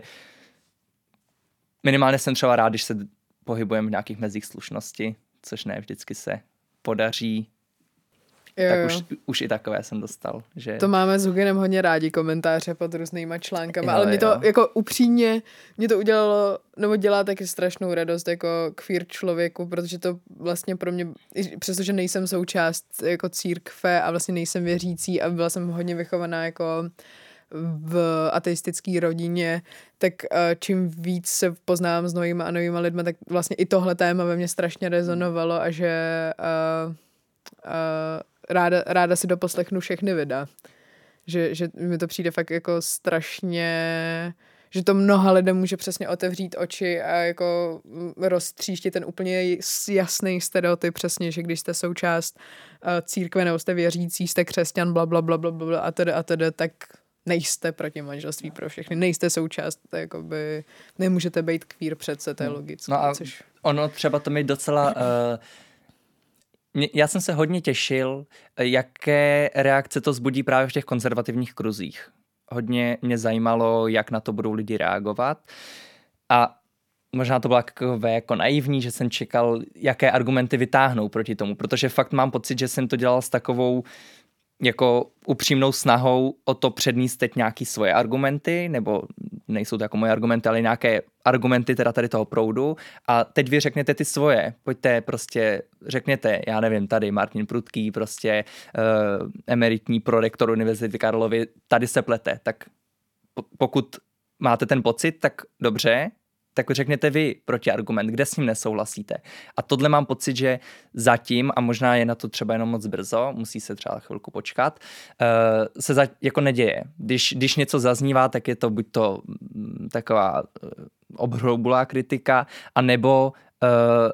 minimálně jsem třeba rád, když se pohybujeme v nějakých mezích slušnosti, což ne vždycky se podaří. Jo, tak jo. už, už i takové jsem dostal. Že... To máme s Huginem hodně rádi komentáře pod různýma článkama, Jo, ale mě to jo. jako upřímně, mě to udělalo, nebo dělá taky strašnou radost jako queer člověku, protože to vlastně pro mě, přestože nejsem součást jako církve a vlastně nejsem věřící a byla jsem hodně vychovaná jako v ateistické rodině, tak čím víc se poznávám s novýma a novýma lidma, tak vlastně i tohle téma ve mně strašně rezonovalo a že uh, uh, ráda, ráda si doposlechnu všechny videa. Že, že mi to přijde fakt jako strašně, že to mnoha lidem může přesně otevřít oči a jako roztříštit ten úplně jasný stereotyp přesně, že když jste součást uh, církve nebo jste věřící, jste křesťan, bla, bla, bla, bla, bla a tedy a tedy, tak nejste proti manželství pro všechny, nejste součást, to jakoby, nemůžete být queer přece, to je logické. No a což... ono třeba to mi docela... Uh, mě, já jsem se hodně těšil, jaké reakce to zbudí právě v těch konzervativních kruzích. Hodně mě zajímalo, jak na to budou lidi reagovat a možná to bylo takové jako naivní, že jsem čekal, jaké argumenty vytáhnou proti tomu, protože fakt mám pocit, že jsem to dělal s takovou jako upřímnou snahou o to přednést teď nějaký svoje argumenty, nebo nejsou to jako moje argumenty, ale nějaké argumenty teda tady toho proudu a teď vy řekněte ty svoje, pojďte prostě, řekněte, já nevím, tady Martin Prudký, prostě uh, emeritní prorektor Univerzity Karlovy, tady se plete, tak pokud máte ten pocit, tak dobře, tak řekněte vy protiargument, kde s ním nesouhlasíte. A tohle mám pocit, že zatím, a možná je na to třeba jenom moc brzo, musí se třeba chvilku počkat, uh, se za, jako neděje. Když, když něco zaznívá, tak je to buď to m, taková uh, obhroubulá kritika, anebo uh,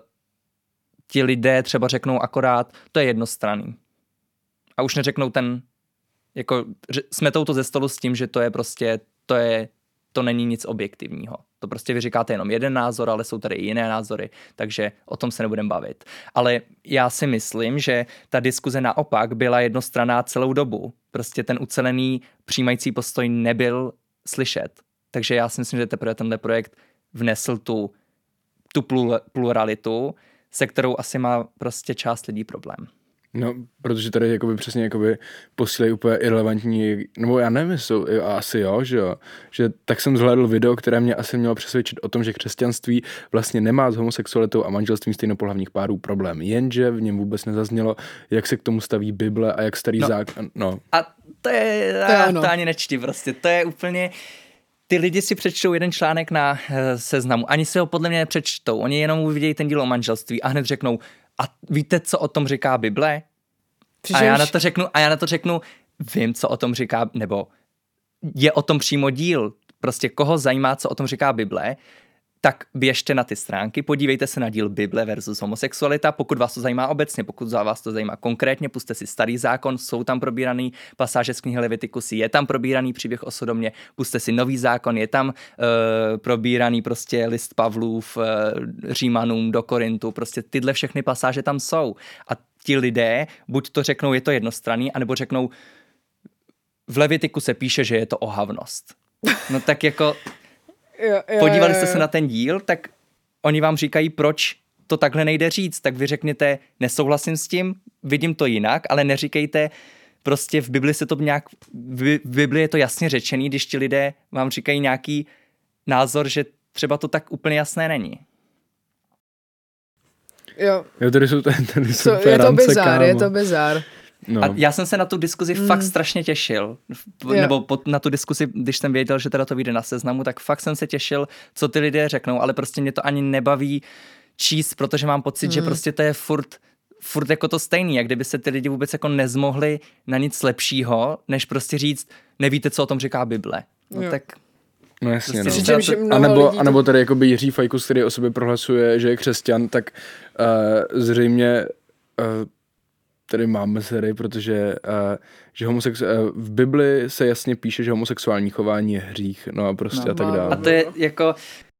ti lidé třeba řeknou akorát, to je jednostranný. A už neřeknou ten, jako smetou to ze stolu s tím, že to je prostě, to je to není nic objektivního. To prostě vy říkáte jenom jeden názor, ale jsou tady i jiné názory, takže o tom se nebudeme bavit. Ale já si myslím, že ta diskuze naopak byla jednostranná celou dobu. Prostě ten ucelený přijímající postoj nebyl slyšet. Takže já si myslím, že teprve tenhle projekt vnesl tu, tu pluralitu, se kterou asi má prostě část lidí problém. No, protože tady jakoby přesně jakoby posílají úplně irrelevantní, nebo já nevím, jsou, asi jo, že jo, že tak jsem zhlédl video, které mě asi mělo přesvědčit o tom, že křesťanství vlastně nemá s homosexualitou a manželstvím stejnopohlavních párů problém, jenže v něm vůbec nezaznělo, jak se k tomu staví Bible a jak starý no. zákon, no. A to je, to, je to ani nečti prostě, to je úplně... Ty lidi si přečtou jeden článek na uh, Seznamu, ani si ho podle mě nepřečtou, oni jenom uvidějí ten díl o manželství a hned řeknou, a víte, co o tom říká Bible? A já na to řeknu, a já na to řeknu, vím, co o tom říká, nebo je o tom přímo díl. Prostě koho zajímá, co o tom říká Bible, tak běžte na ty stránky, podívejte se na díl Bible versus homosexualita, pokud vás to zajímá obecně, pokud vás to zajímá konkrétně, pusťte si starý zákon, jsou tam probíraný pasáže z knihy Levitikusy, je tam probíraný příběh o Sodomě, pusťte si nový zákon, je tam uh, probíraný prostě list Pavlův uh, Římanům do Korintu, prostě tyhle všechny pasáže tam jsou. A ti lidé buď to řeknou, je to jednostranný, anebo řeknou, v Levitiku se píše, že je to ohavnost. No tak jako... Jo, jo, podívali jo, jste jo. se na ten díl, tak oni vám říkají, proč to takhle nejde říct, tak vy řekněte, nesouhlasím s tím, vidím to jinak, ale neříkejte, prostě v Bibli se to nějak, v Bibli je to jasně řečený, když ti lidé vám říkají nějaký názor, že třeba to tak úplně jasné není. Jo, Jo, tady jsou, tady jsou to, je to ferance, bizár, kámo. je to bizár. No. A já jsem se na tu diskuzi mm. fakt strašně těšil. Jo. Nebo pod, na tu diskuzi, když jsem věděl, že teda to vyjde na Seznamu, tak fakt jsem se těšil, co ty lidé řeknou, ale prostě mě to ani nebaví číst, protože mám pocit, mm. že prostě to je furt, furt jako to stejný, jak kdyby se ty lidi vůbec jako nezmohli na nic lepšího, než prostě říct, nevíte, co o tom říká Bible. No jo. tak... No jasně, Prostě no. že mnoho A nebo, lidí a nebo tady jakoby Jiří Fajkus, který o sobě prohlasuje, že je křesťan, tak uh, zřejmě uh, tady máme sérii, protože uh, že homosex- uh, v Bibli se jasně píše, že homosexuální chování je hřích, no a prostě No. a tak dále. A to je jako...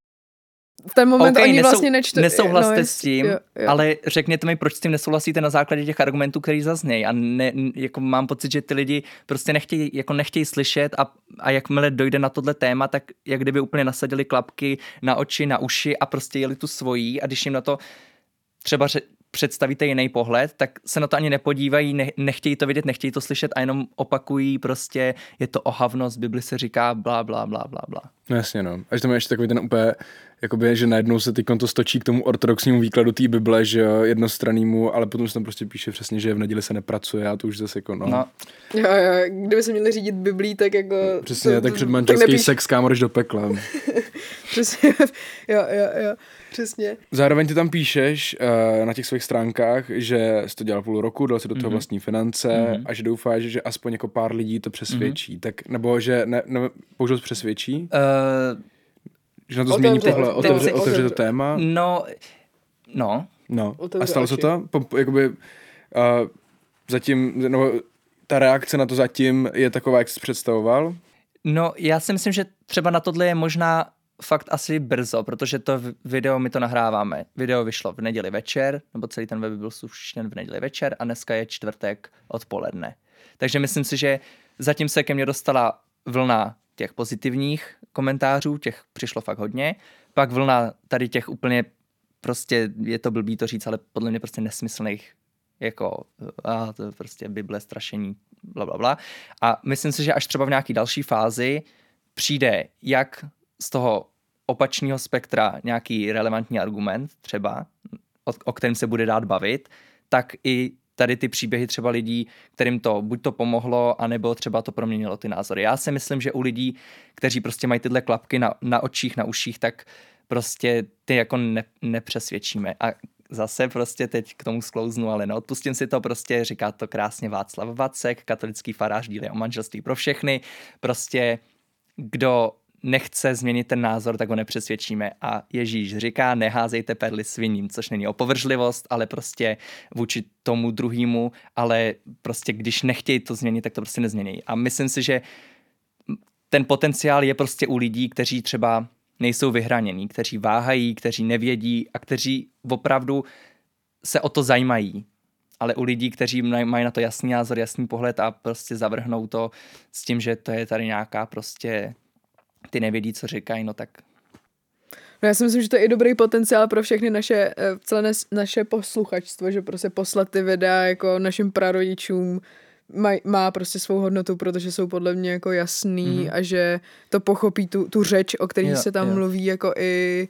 V ten moment Okay, oni nesou, vlastně nečtou. Nesouhlaste no, s tím, jo, jo. ale řekněte mi, proč s tím nesouhlasíte na základě těch argumentů, který zaznějí. A ne, jako mám pocit, že ty lidi prostě nechtějí, jako nechtějí slyšet a, a jakmile dojde na tohle téma, tak jak kdyby úplně nasadili klapky na oči, na uši a prostě jeli tu svojí a když jim na to třeba ře- představíte jiný pohled, tak se na to ani nepodívají, ne, nechtějí to vidět, nechtějí to slyšet a jenom opakují prostě, je to ohavnost, Bibli se říká blá, blá, blá, blá, blá. No jasně, no. Až tam je ještě takový ten úplně, jakoby, že najednou se teď to stočí k tomu ortodoxnímu výkladu té Bible, že jo, jednostrannému, ale potom se tam prostě píše přesně, že v neděli se nepracuje a to už zase jako, no. no. Jo, jo, kdyby se měli řídit Biblí, tak jako... Přesně, to, tak to, předmanželský nepíš... sex, kámo, jdeš do pekla. Přesně, jo, jo, jo, přesně. Zároveň ty tam píšeš uh, na těch svých stránkách, že jsi to dělal půl roku, dal si do toho Mhm. vlastní finance Mhm. a že doufáš, že aspoň jako pár lidí to přesvědčí. Mhm. Tak, nebo že, ne, ne, použil jsi přesvědčí? Uh, Že na to Otevře, změní tohle, teď otevře, si- otevře to otevře. téma? no, no, No. Otevře A stalo se oči. to? Po, jakoby, uh, zatím, no, ta reakce na to zatím je taková, jak jsi představoval? no, já si myslím, že třeba na tohle je možná fakt asi brzo, protože to video my to nahráváme. Video vyšlo v neděli večer, nebo celý ten web byl spuštěn v neděli večer a dneska je čtvrtek odpoledne. Takže myslím si, že zatím se ke mně dostala vlna těch pozitivních komentářů, těch přišlo fakt hodně, pak vlna tady těch úplně prostě, je to blbý to říct, ale podle mě prostě nesmyslných jako, a to je prostě Bible, strašení, bla, bla, bla. A myslím si, že až třeba v nějaký další fázi přijde jak z toho opačného spektra nějaký relevantní argument třeba, o, o kterém se bude dát bavit, tak i tady ty příběhy třeba lidí, kterým to buď to pomohlo, anebo třeba to proměnilo ty názory. Já si myslím, že u lidí, kteří prostě mají tyhle klapky na, na očích, na uších, tak prostě ty jako ne, nepřesvědčíme. A zase prostě teď k tomu sklouznu, ale neodpustím si to, prostě říká to krásně Václav Vacek, katolický farář díly o manželství pro všechny. Prostě kdo nechce změnit ten názor, tak ho nepřesvědčíme. A Ježíš říká, neházejte perly sviním, což není opovržlivost, ale prostě vůči tomu druhému, ale prostě když nechtějí to změnit, tak to prostě nezmění. A myslím si, že ten potenciál je prostě u lidí, kteří třeba nejsou vyhranění, kteří váhají, kteří nevědí a kteří opravdu se o to zajímají. Ale u lidí, kteří mají na to jasný názor, jasný pohled a prostě zavrhnou to s tím, že to je tady nějaká prostě ty nevědí, co říkají, no tak... No já si myslím, že to je i dobrý potenciál pro všechny naše, celé naše posluchačstvo, že prostě poslat ty videa jako našim prarodičům maj, má prostě svou hodnotu, protože jsou podle mě jako jasný mm-hmm. a že to pochopí tu, tu řeč, o který jo, se tam jo. mluví jako i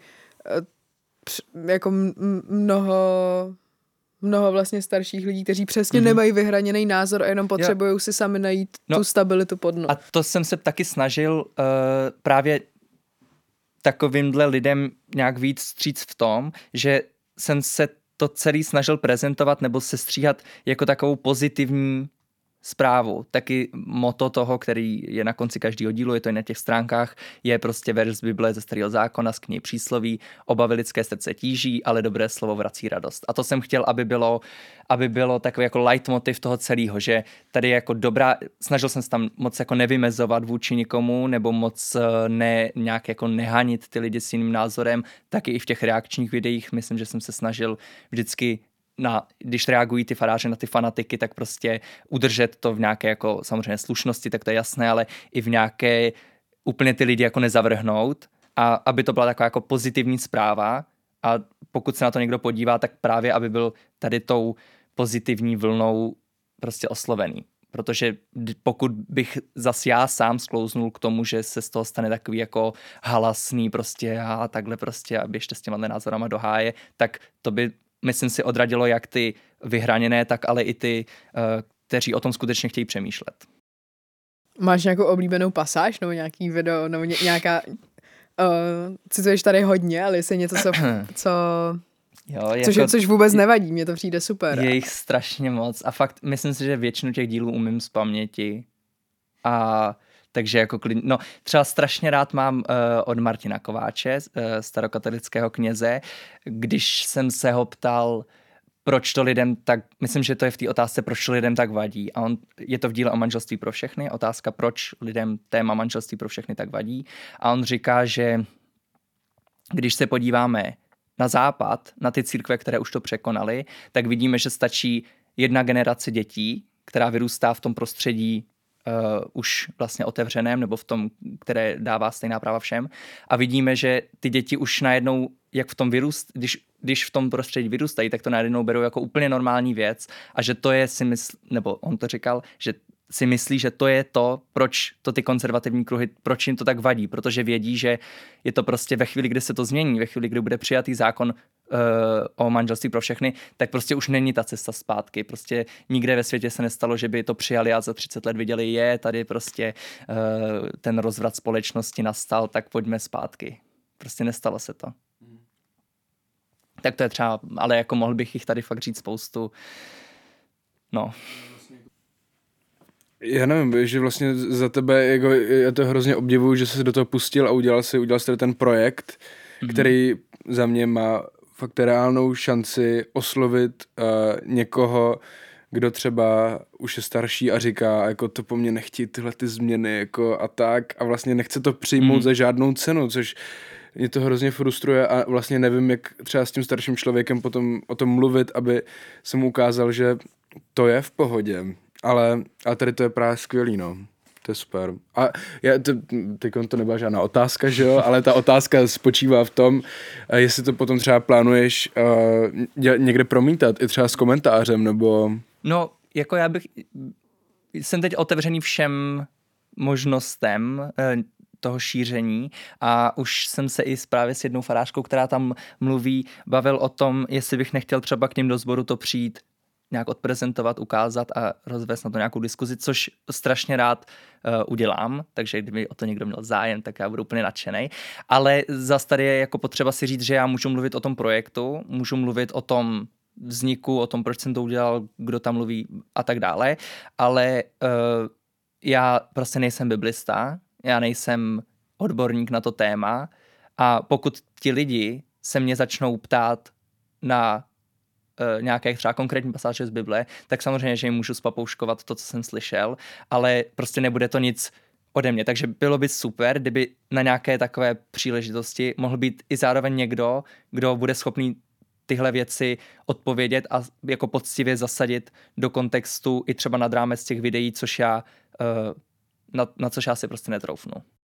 jako mnoho mnoho vlastně starších lidí, kteří přesně mm-hmm. nemají vyhraněný názor a jenom potřebují si sami najít no, tu stabilitu pod dno. A to jsem se taky snažil uh, právě takovýmhle lidem nějak víc vstříc v tom, že jsem se to celý snažil prezentovat nebo se stříhat jako takovou pozitivní zprávu. Taky motto toho, který je na konci každého dílu, je to i na těch stránkách, je prostě verš z Bible ze Starého zákona, z knihy Přísloví, obavy lidské srdce tíží, ale dobré slovo vrací radost. A to jsem chtěl, aby bylo, aby bylo takový jako leitmotiv toho celého, že tady je jako dobrá, snažil jsem se tam moc jako nevymezovat vůči nikomu, nebo moc ne, nějak jako nehanit ty lidi s jiným názorem, taky i v těch reakčních videích, myslím, že jsem se snažil vždycky Na, když reagují ty faráři na ty fanatiky, tak prostě udržet to v nějaké jako samozřejmě slušnosti, tak to je jasné, ale i v nějaké úplně ty lidi jako nezavrhnout a aby to byla taková jako pozitivní zpráva a pokud se na to někdo podívá, tak právě aby byl tady tou pozitivní vlnou prostě oslovený. Protože pokud bych zas já sám sklouznul k tomu, že se z toho stane takový jako halasný prostě a takhle prostě a běžte s těma názorama do háje, tak to by myslím si odradilo jak ty vyhraněné, tak ale i ty, uh, kteří o tom skutečně chtějí přemýšlet. Máš nějakou oblíbenou pasáž nebo nějaký video, nebo ně, nějaká, uh, cituješ tady hodně, ale jestli něco, co, co jo, jako, což, což vůbec nevadí, mně to přijde super. Je jich strašně moc a fakt myslím si, že většinu těch dílů umím z paměti a Takže jako klid... no, třeba strašně rád mám uh, od Martina Kováče, uh, starokatolického kněze, když jsem se ho ptal, proč to lidem tak, myslím, že to je v té otázce, proč to lidem tak vadí. A on, je to v díle o manželství pro všechny, otázka, proč lidem téma manželství pro všechny tak vadí. A on říká, že když se podíváme na západ, na ty církve, které už to překonaly, tak vidíme, že stačí jedna generace dětí, která vyrůstá v tom prostředí uh, už vlastně otevřeném, nebo v tom, které dává stejná práva všem. A vidíme, že ty děti už najednou, jak v tom vyrůst, když, když v tom prostředí vyrůstají, tak to najednou berou jako úplně normální věc a že to je si mysl, nebo on to říkal, že si myslí, že to je to, proč to ty konzervativní kruhy, proč jim to tak vadí, protože vědí, že je to prostě ve chvíli, kdy se to změní, ve chvíli, kdy bude přijatý zákon uh, o manželství pro všechny, tak prostě už není ta cesta zpátky. Prostě nikde ve světě se nestalo, že by to přijali a za třicet let viděli, je, tady prostě uh, ten rozvrat společnosti nastal, tak pojďme zpátky. Prostě nestalo se to. Hmm. Tak to je třeba, ale jako mohl bych jich tady fakt říct spoustu. No. Já nevím, že vlastně za tebe, jako, já to hrozně obdivuju, že jsi se do toho pustil a udělal si, udělal si ten projekt, mm-hmm. který za mě má fakt reálnou šanci oslovit uh, někoho, kdo třeba už je starší a říká, jako to po mně nechtí tyhle ty změny, jako a tak, a vlastně nechce to přijmout mm-hmm. za žádnou cenu, což mě to hrozně frustruje a vlastně nevím, jak třeba s tím starším člověkem potom o tom mluvit, aby jsem mu ukázal, že to je v pohodě. Ale a tady to je právě skvělý, no. To je super. A já, to, teď to nebyla žádná otázka, že jo, ale ta otázka spočívá v tom, jestli to potom třeba plánuješ uh, někde promítat, i třeba s komentářem, nebo... No, jako já bych... Jsem teď otevřený všem možnostem uh, toho šíření a už jsem se i právě s jednou farářkou, která tam mluví, bavil o tom, jestli bych nechtěl třeba k ním do sboru to přijít nějak odprezentovat, ukázat a rozvést na to nějakou diskuzi, což strašně rád uh, udělám, takže kdyby o to někdo měl zájem, tak já budu úplně nadšenej. Ale zase tady je jako potřeba si říct, že já můžu mluvit o tom projektu, můžu mluvit o tom vzniku, o tom, proč jsem to udělal, kdo tam mluví a tak dále, ale uh, já prostě nejsem biblista, já nejsem odborník na to téma a pokud ti lidi se mě začnou ptát na nějaké třeba konkrétní pasáže z Bible, tak samozřejmě, že jim můžu spapouškovat to, co jsem slyšel, ale prostě nebude to nic ode mě. Takže bylo by super, kdyby na nějaké takové příležitosti mohl být i zároveň někdo, kdo bude schopný tyhle věci odpovědět a jako poctivě zasadit do kontextu i třeba nad rámec těch videí, což já, na, na což já si prostě netroufnu.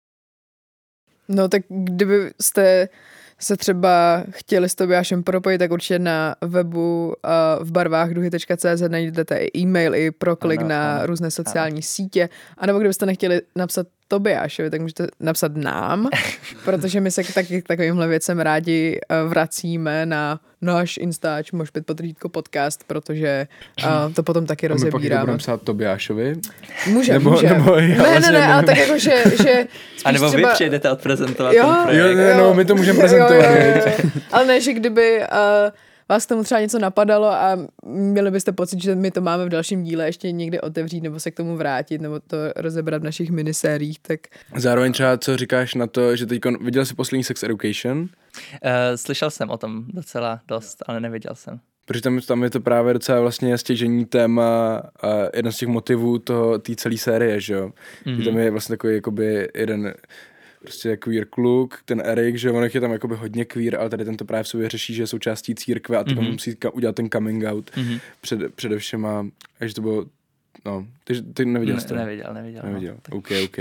No tak kdybyste se třeba chtěli s Tobiášem propojit, tak určitě na webu uh, v barvách duhy tečka cé zet najdete i e-mail, i proklik ano, na ano, různé sociální ano. sítě. A nebo kdybyste nechtěli napsat Tobiášovi, tak můžete napsat nám, protože my se k taky takovýmhle věcem rádi uh, vracíme na náš Instač, můž být podřídko podcast, protože uh, to potom taky rozebíráme. A my pak budeme psát Tobiášovi? Můžeme, nebo, můžeme. Nebo ne, ne, ne, ne, ale tak jako, že... že a nebo třeba... vy přijedete odprezentovat jo, ten projekt. Jo, no, my to můžeme prezentovat. Jo, jo, jo, jo. Ale ne, že kdyby... Uh, vás k tomu třeba něco napadalo a měli byste pocit, že my to máme v dalším díle ještě někde otevřít nebo se k tomu vrátit nebo to rozebrat v našich minisériích, tak... Zároveň třeba, co říkáš na to, že teď viděl jsi poslední Sex Education? Uh, slyšel jsem o tom docela dost, ale neviděl jsem. Protože tam, tam je to právě docela vlastně stěžení téma a jeden z těch motivů té celé série, že jo? Mm-hmm. Tam je vlastně takový jakoby jeden... prostě queer kluk, ten Erik, že on je tam jakoby hodně queer, ale tady tento právě v sobě řeší, že je součástí církve a ty mm-hmm. musí udělat ten coming out mm-hmm. před, především a, a že to bylo, no, ty, ty neviděl jsi to? Ne, neviděl, neviděl. Neviděl, no, ok, ok.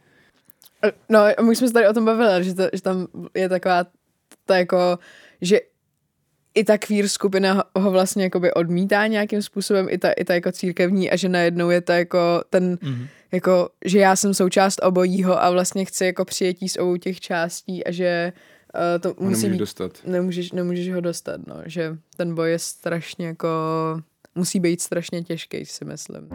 No, my jsme se tady o tom bavili, že, to, že tam je taková ta jako, že i ta queer skupina ho vlastně jakoby odmítá nějakým způsobem, i ta, i ta jako církevní a že najednou je to jako ten, mm-hmm. jako, že já jsem součást obojího a vlastně chci jako přijetí z obou těch částí a že uh, to musí nemůžeš být, dostat. Nemůžeš, nemůžeš ho dostat, no, že ten boj je strašně jako, musí být strašně těžký, si myslím.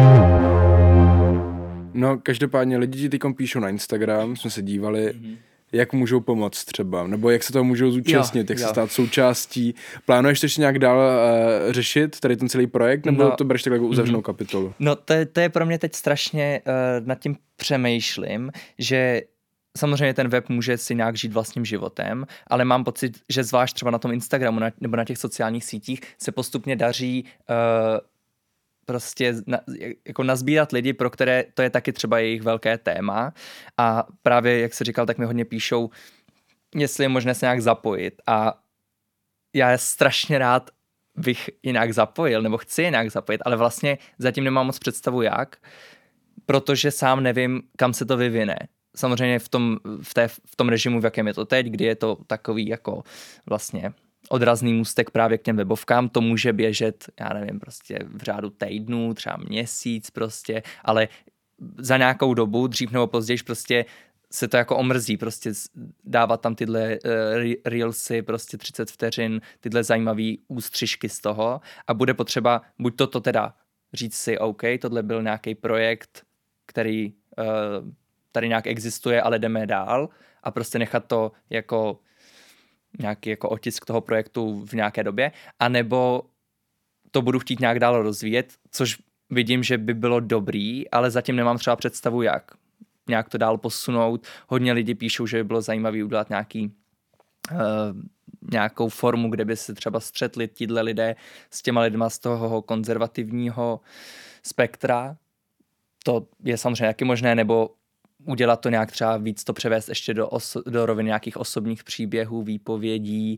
No, každopádně lidi ti teďkom píšou na Instagram, jsme se dívali, mm-hmm. jak můžou pomoct třeba, nebo jak se toho můžou zúčastnit, jo, jak jo. se stát součástí. Plánuješ to ještě nějak dál uh, řešit, tady ten celý projekt, nebo no, to bereš takhle jako uzavřenou mm-hmm. kapitolu? No to je, to je pro mě teď strašně, uh, nad tím přemýšlím, že samozřejmě ten web může si nějak žít vlastním životem, ale mám pocit, že zvlášť třeba na tom Instagramu na, nebo na těch sociálních sítích se postupně daří uh, prostě na, jako nazbírat lidi, pro které to je taky třeba jejich velké téma a právě, jak jsi říkal, tak mi hodně píšou, jestli je možné se nějak zapojit a já strašně rád bych jinak zapojil, nebo chci jinak zapojit, ale vlastně zatím nemám moc představu jak, protože sám nevím, kam se to vyvine. Samozřejmě v tom, v, té, v tom režimu, v jakém je to teď, kdy je to takový jako vlastně odrazný můstek právě k těm webovkám, to může běžet, já nevím, prostě v řádu týdnů, třeba měsíc prostě, ale za nějakou dobu, dřív nebo později, prostě se to jako omrzí, prostě dávat tam tyhle uh, reelsy, prostě třicet vteřin, tyhle zajímavý ústřižky z toho a bude potřeba buď toto teda říct si, OK, tohle byl nějaký projekt, který uh, tady nějak existuje, ale jdeme dál a prostě nechat to jako nějaký jako otisk toho projektu v nějaké době, anebo to budu chtít nějak dál rozvíjet, což vidím, že by bylo dobrý, ale zatím nemám třeba představu jak. Nějak to dál posunout. Hodně lidí píšou, že by bylo zajímavé udělat nějaký, uh, nějakou formu, kde by se třeba střetli tíhle lidé s těma lidma z toho konzervativního spektra. To je samozřejmě taky možné, nebo udělat to nějak třeba víc, to převést ještě do, oso- do roviny nějakých osobních příběhů, výpovědí.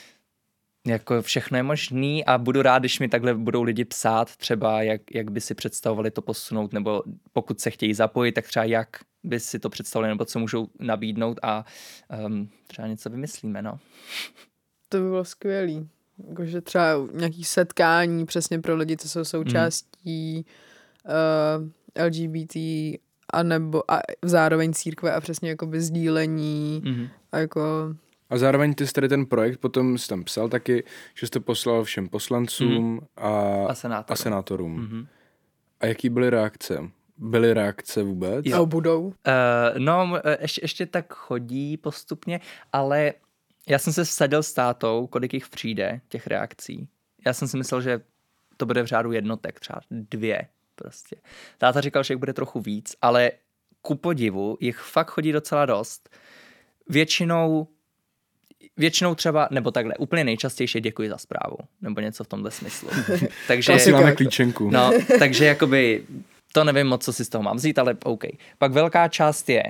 Jako všechno je možný a budu rád, když mi takhle budou lidi psát třeba, jak, jak by si představovali to posunout, nebo pokud se chtějí zapojit, tak třeba jak by si to představovali, nebo co můžou nabídnout a um, třeba něco vymyslíme, no. To by bylo skvělý. Jakože třeba nějaký setkání přesně pro lidi, co jsou součástí mm. uh, L G B T a nebo a zároveň církve a přesně jakoby sdílení mm. a jako... A zároveň ty jsi tady ten projekt potom jsi tam psal taky, že jsi to poslal všem poslancům mm. a, a senátorům. A, senátorům. Mm-hmm. A jaký byly reakce? Byly reakce vůbec? Jo. A budou? Uh, no, ještě, ještě tak chodí postupně, ale já jsem se vsadil s tátou, kolik jich přijde, těch reakcí. Já jsem si myslel, že to bude v řádu jednotek, třeba dvě prostě. Táta říkal, že jich bude trochu víc, ale ku podivu jich fakt chodí docela dost. Většinou Většinou třeba, nebo takhle, úplně nejčastější děkuji za zprávu, nebo něco v tomhle smyslu. Takže asi máme klíčenku. No, takže jakoby, to nevím moc, co si z toho mám vzít, ale OK. Pak velká část je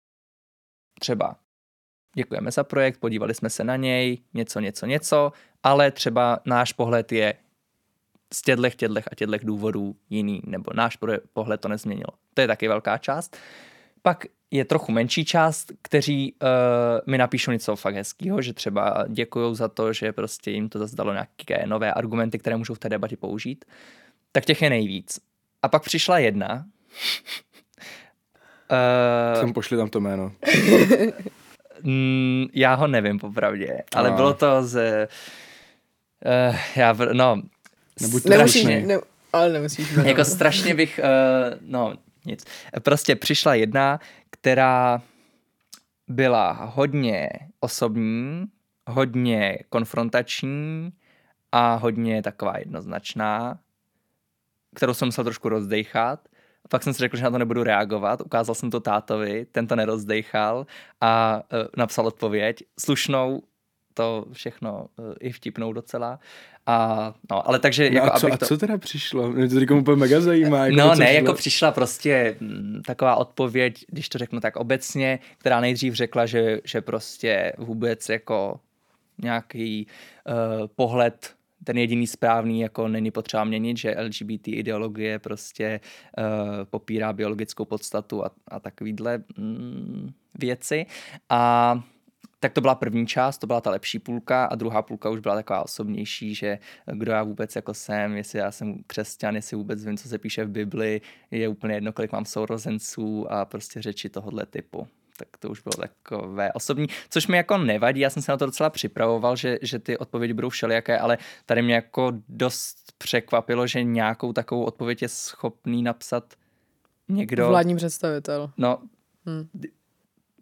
třeba děkujeme za projekt, podívali jsme se na něj, něco, něco, něco, ale třeba náš pohled je z tědlech, tědlech a tědlech důvodů jiný, nebo náš pohled to nezměnilo. To je taky velká část. Pak je trochu menší část, kteří uh, mi napíšou něco fakt hezkýho, že třeba děkujou za to, že prostě jim to zase dalo nějaké nové argumenty, které můžou v té debatě použít. Tak těch je nejvíc. A pak přišla jedna. uh, Jsem pošli tam to jméno. mm, já ho nevím popravdě, ale a. bylo to z... Uh, já, no... Strašně, ne, ale nemusíš. Jako strašně bych... Uh, no, nic. Prostě přišla jedna, která byla hodně osobní, hodně konfrontační a hodně taková jednoznačná, kterou jsem musel trošku rozdejchat. Pak jsem si řekl, že na to nebudu reagovat. Ukázal jsem to tátovi, ten to nerozdejchal a uh, napsal odpověď. Slušnou, to všechno uh, i vtipnou docela. A, no, ale takže... No jako, a, co, abych a to... co teda přišlo? Mě to říkám úplně mega zajímá. Jako no to, ne, šlo... jako přišla prostě m, taková odpověď, když to řeknu tak obecně, která nejdřív řekla, že, že prostě vůbec jako nějaký uh, pohled, ten jediný správný, jako není potřeba měnit, že L G B T ideologie prostě uh, popírá biologickou podstatu a, a takovýhle mm, věci. A tak to byla první část, to byla ta lepší půlka a druhá půlka už byla taková osobnější, že kdo já vůbec jako jsem, jestli já jsem křesťan, jestli vůbec vím, co se píše v Bibli, je úplně jedno, kolik mám sourozenců a prostě řeči tohohle typu. Tak to už bylo takové osobní, což mi jako nevadí, já jsem se na to docela připravoval, že, že ty odpovědi budou všelijaké, ale tady mě jako dost překvapilo, že nějakou takovou odpověď je schopný napsat někdo... Vládní představitel. No, hmm.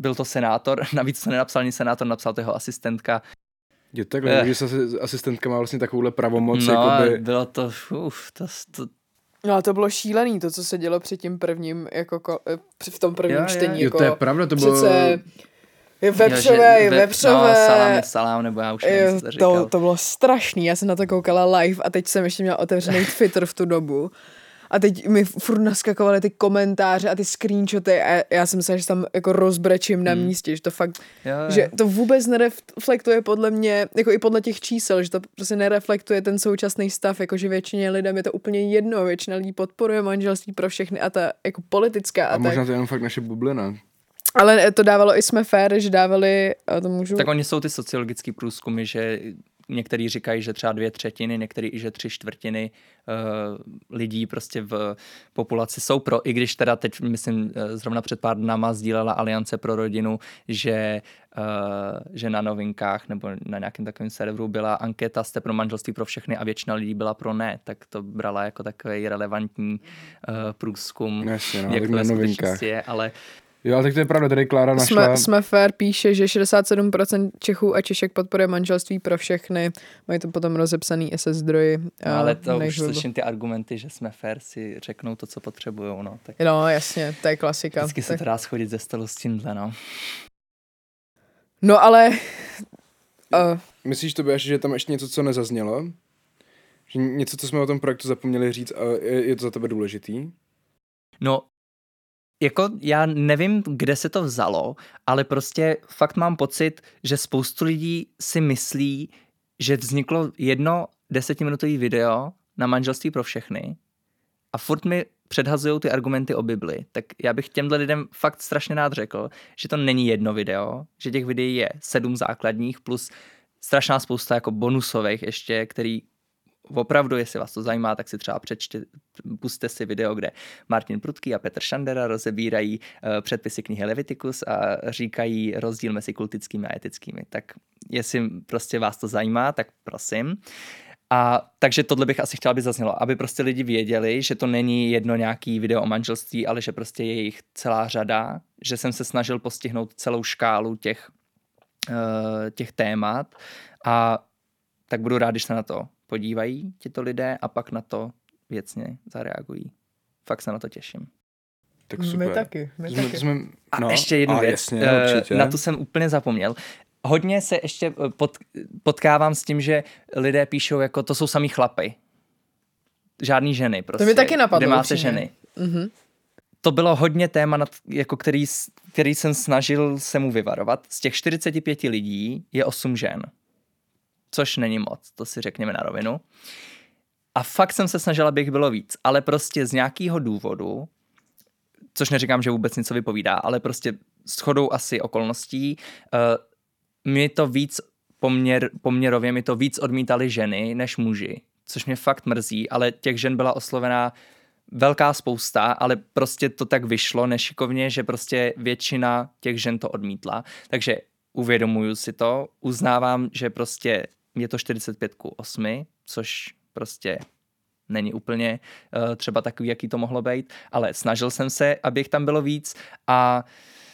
byl to senátor, navíc to nenapsal ani senátor, napsal to jeho asistentka. Je takhle, eh. že asistentka má vlastně takovouhle pravomoc. No, jakoby... bylo to, uf, to, to... No a to bylo šílený, to, co se dělo při tím prvním, jako ko, v tom prvním jo, čtení. Jo, jako, to je pravda, to bylo... Přece je vepřové, je vepřové. No, salám je salám, nebo já už nevím, co to říkal. To, to bylo strašný, já jsem na to koukala live a teď jsem ještě měla otevřený Twitter v tu dobu. A teď mi furt naskakovaly ty komentáře a ty screenshoty a já jsem myslela, že tam jako rozbrečím na hmm. místě, že to fakt, jo, jo. že to vůbec nereflektuje podle mě, jako i podle těch čísel, že to prostě nereflektuje ten současný stav, jakože většině lidem je to úplně jedno, většina lidí podporuje manželství pro všechny a ta jako politická. A, a možná tak. to je jenom fakt naše bublina. Ale to dávalo i Jsme fér, že dávali, a to můžu... Tak oni jsou ty sociologický průzkumy, že některý říkají, že třeba dvě třetiny, některý i že tři čtvrtiny uh, lidí prostě v populaci jsou pro, i když teda teď, myslím, zrovna před pár dnama sdílela Aliance pro rodinu, že, uh, že na Novinkách nebo na nějakém takovém serveru byla anketa jste pro manželství pro všechny a většina lidí byla pro ne, tak to brala jako takový relevantní uh, průzkum, Jasně, no, jak to ve skutečnosti je, ale jo, ale tak to je pravda, tady Klára našla... Jsme, Jsme fér píše, že šedesát sedm procent Čechů a Češek podporuje manželství pro všechny. Mají to potom rozepsaný S S zdroji. No, ale to už slyším ty argumenty, že Jsme fér si řeknou to, co potřebujou. No, tak... no jasně, to je klasika. Vždycky tak... se to dá schodit ze stolu s tímhle, no. No ale... Uh... Myslíš to, že je tam ještě něco, co nezaznělo? Že něco, co jsme o tom projektu zapomněli říct a je, je to za tebe důležitý? No, jako já nevím, kde se to vzalo, ale prostě fakt mám pocit, že spoustu lidí si myslí, že vzniklo jedno desetiminutový video na manželství pro všechny a furt mi předhazují ty argumenty o Bibli. Tak já bych těmhle lidem fakt strašně rád řekl, že to není jedno video, že těch videí je sedm základních plus strašná spousta jako bonusových ještě, který opravdu, jestli vás to zajímá, tak si třeba přečte, puste si video, kde Martin Prudký a Petr Šandera rozebírají uh, předpisy knihy Leviticus a říkají rozdíl mezi kultickými a etickými. Tak jestli prostě vás to zajímá, tak prosím. A takže tohle bych asi chtěla, aby zaznělo, aby prostě lidi věděli, že to není jedno nějaký video o manželství, ale že prostě je jich celá řada, že jsem se snažil postihnout celou škálu těch, uh, těch témat a tak budu rád, když se na to podívají tito lidé a pak na to věcně zareagují. Fakt se na to těším. Tak super. My taky. My jsme, taky. Jsme, no, a ještě jednu a věc. Jasně, uh, na tu jsem úplně zapomněl. Hodně se ještě pot, potkávám s tím, že lidé píšou, jako to jsou samý chlapy. Žádný ženy prostě. To mi taky napadlo. Kde máte upřímně. ženy. Mm-hmm. To bylo hodně téma, nad, jako který, který jsem snažil se mu vyvarovat. Z těch čtyřicet pět lidí je osm žen. Což není moc, to si řekněme na rovinu. A fakt jsem se snažila, aby jich bylo víc, ale prostě z nějakého důvodu, což neříkám, že vůbec něco vypovídá, ale prostě shodou asi okolností, uh, mi to víc poměr, poměrově, mi to víc odmítali ženy než muži, což mě fakt mrzí, ale těch žen byla oslovená velká spousta, ale prostě to tak vyšlo nešikovně, že prostě většina těch žen to odmítla. Takže uvědomuju si to, uznávám, že prostě je to čtyřicet pět ku osmi, což prostě není úplně uh, třeba takový, jaký to mohlo být, ale snažil jsem se, abych tam bylo víc a